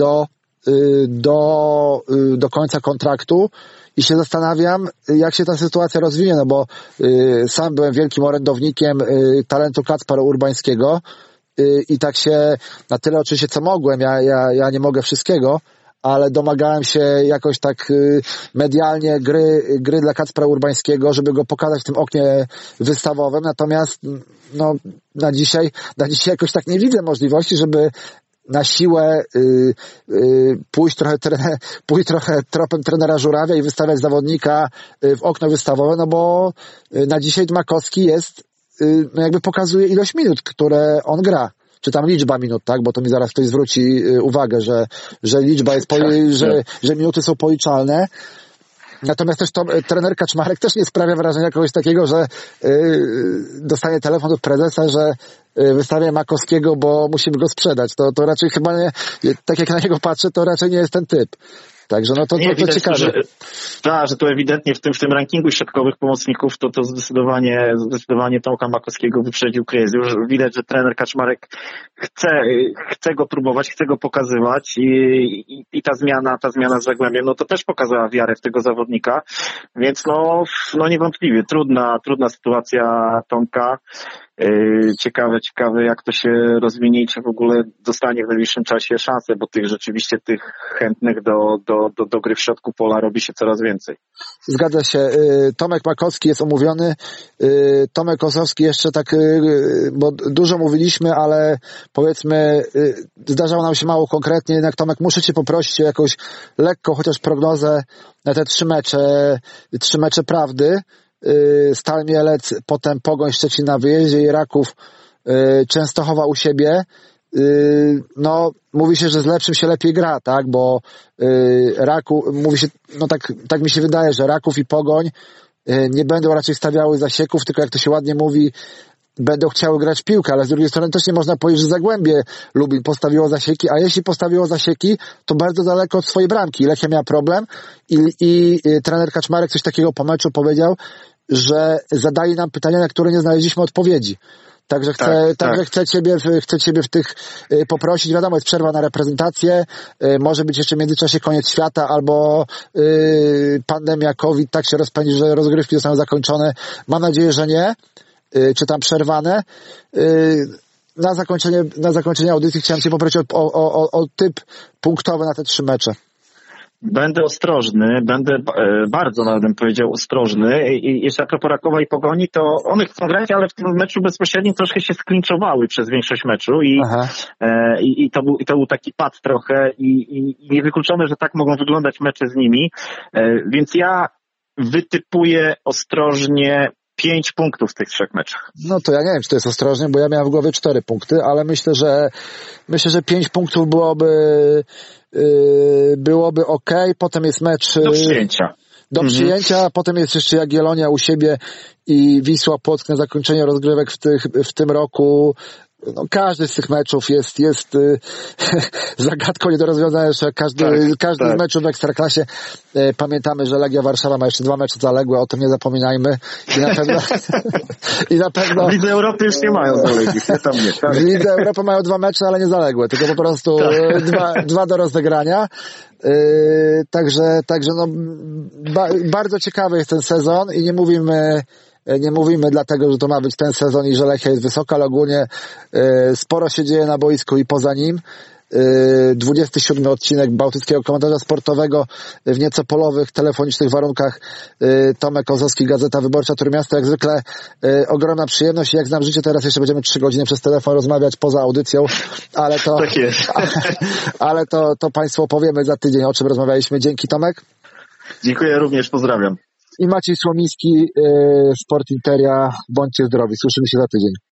do końca kontraktu. I się zastanawiam, jak się ta sytuacja rozwinie, no bo sam byłem wielkim orędownikiem talentu Kacpra Urbańskiego i tak się na tyle oczywiście co mogłem, ja nie mogę wszystkiego, ale domagałem się jakoś tak medialnie gry dla Kacpra Urbańskiego, żeby go pokazać w tym oknie wystawowym, natomiast no, na dzisiaj jakoś tak nie widzę możliwości, żeby na siłę pójść trochę tropem trenera Żurawia i wystawiać zawodnika w okno wystawowe, no bo na dzisiaj Makowski jest, no jakby pokazuje ilość minut, które on gra. Czy tam liczba minut, tak? Bo to mi zaraz ktoś zwróci uwagę, że liczba jest, że minuty są policzalne. Natomiast też trener Kaczmarek też nie sprawia wrażenia kogoś takiego, że dostanie telefon od prezesa, że wystawia Makowskiego, bo musimy go sprzedać. To raczej chyba nie, tak jak na niego patrzę, to raczej nie jest ten typ. Także no to ciekawe. Że to ewidentnie w tym rankingu środkowych pomocników to zdecydowanie Tomka Makowskiego wyprzedził Crazy. Już widać, że trener Kaczmarek chce go próbować, chce go pokazywać i ta zmiana z Zagłębiem, no to też pokazała wiarę w tego zawodnika, więc no niewątpliwie trudna sytuacja Tomka. Ciekawe jak to się rozwinie i czy w ogóle dostanie w najbliższym czasie szansę, bo tych chętnych do gry w środku pola robi się coraz więcej. Zgadza się. Tomek Makowski jest omówiony. Tomek Osowski jeszcze tak, bo dużo mówiliśmy, ale powiedzmy zdarzało nam się mało konkretnie, jednak Tomek, muszę Cię poprosić o jakąś lekką chociaż prognozę na te 3 mecze prawdy. Stal Mielec, potem Pogoń Szczecin na wyjeździe i Raków Częstochowa u siebie. No, mówi się, że z lepszym się lepiej gra, tak, bo Raków, mówi się, no tak mi się wydaje, że Raków i Pogoń nie będą raczej stawiały zasieków, tylko jak to się ładnie mówi, będą chciały grać w piłkę, ale z drugiej strony też nie można powiedzieć, że Zagłębie Lubin postawiło zasieki, a jeśli postawiło zasieki, to bardzo daleko od swojej bramki. Lechia miała problem i trener Kaczmarek coś takiego po meczu powiedział, że zadali nam pytania, na które nie znaleźliśmy odpowiedzi. Także chcę Ciebie w tych poprosić. Wiadomo, jest przerwa na reprezentację, może być jeszcze w międzyczasie koniec świata albo pandemia COVID tak się rozpędzi, że rozgrywki zostaną zakończone. Mam nadzieję, że nie. Czy tam przerwane. na zakończenie audycji chciałem cię poprosić o typ punktowy na te 3 mecze. Będę ostrożny, bardzo nawet bym powiedział ostrożny. I jeszcze a propos Rakowa i Pogoni, to one chcą grać, ale w tym meczu bezpośrednim troszkę się sklinczowały przez większość meczu i to był taki pad trochę i niewykluczone, że tak mogą wyglądać mecze z nimi. Więc ja wytypuję ostrożnie 5 punktów w tych 3 meczach. No to ja nie wiem, czy to jest ostrożnie, bo ja miałem w głowie 4 punkty, ale myślę, że 5 punktów byłoby okej. Potem jest mecz do przyjęcia, potem jest jeszcze Jagiellonia u siebie i Wisła Płock na zakończenie rozgrywek w tym roku. No, każdy z tych meczów jest zagadką nie do rozwiązania, jeszcze każdy z meczów w Ekstraklasie. Pamiętamy, że Legia Warszawa ma jeszcze 2 mecze zaległe, o tym nie zapominajmy. I na pewno w Lidze Europy już nie mają zaległych, tam nie. Tak? W Lidze Europy mają 2 mecze, ale nie zaległe, tylko po prostu dwa do rozegrania. Także no, bardzo ciekawy jest ten sezon i nie mówimy dlatego, że to ma być ten sezon i że Lechia jest wysoka, ale ogólnie sporo się dzieje na boisku i poza nim. 27 odcinek Bałtyckiego Komentarza Sportowego w nieco polowych, telefonicznych warunkach. Tomek Ozowski, Gazeta Wyborcza Trójmiasto. Jak zwykle ogromna przyjemność i jak znam życie, teraz jeszcze będziemy 3 godziny przez telefon rozmawiać poza audycją, ale to tak jest. ale to Państwu opowiemy za tydzień, o czym rozmawialiśmy. Dzięki, Tomek. Dziękuję również, pozdrawiam. I Maciej Słomiński, Sport Interia. Bądźcie zdrowi. Słyszymy się za tydzień.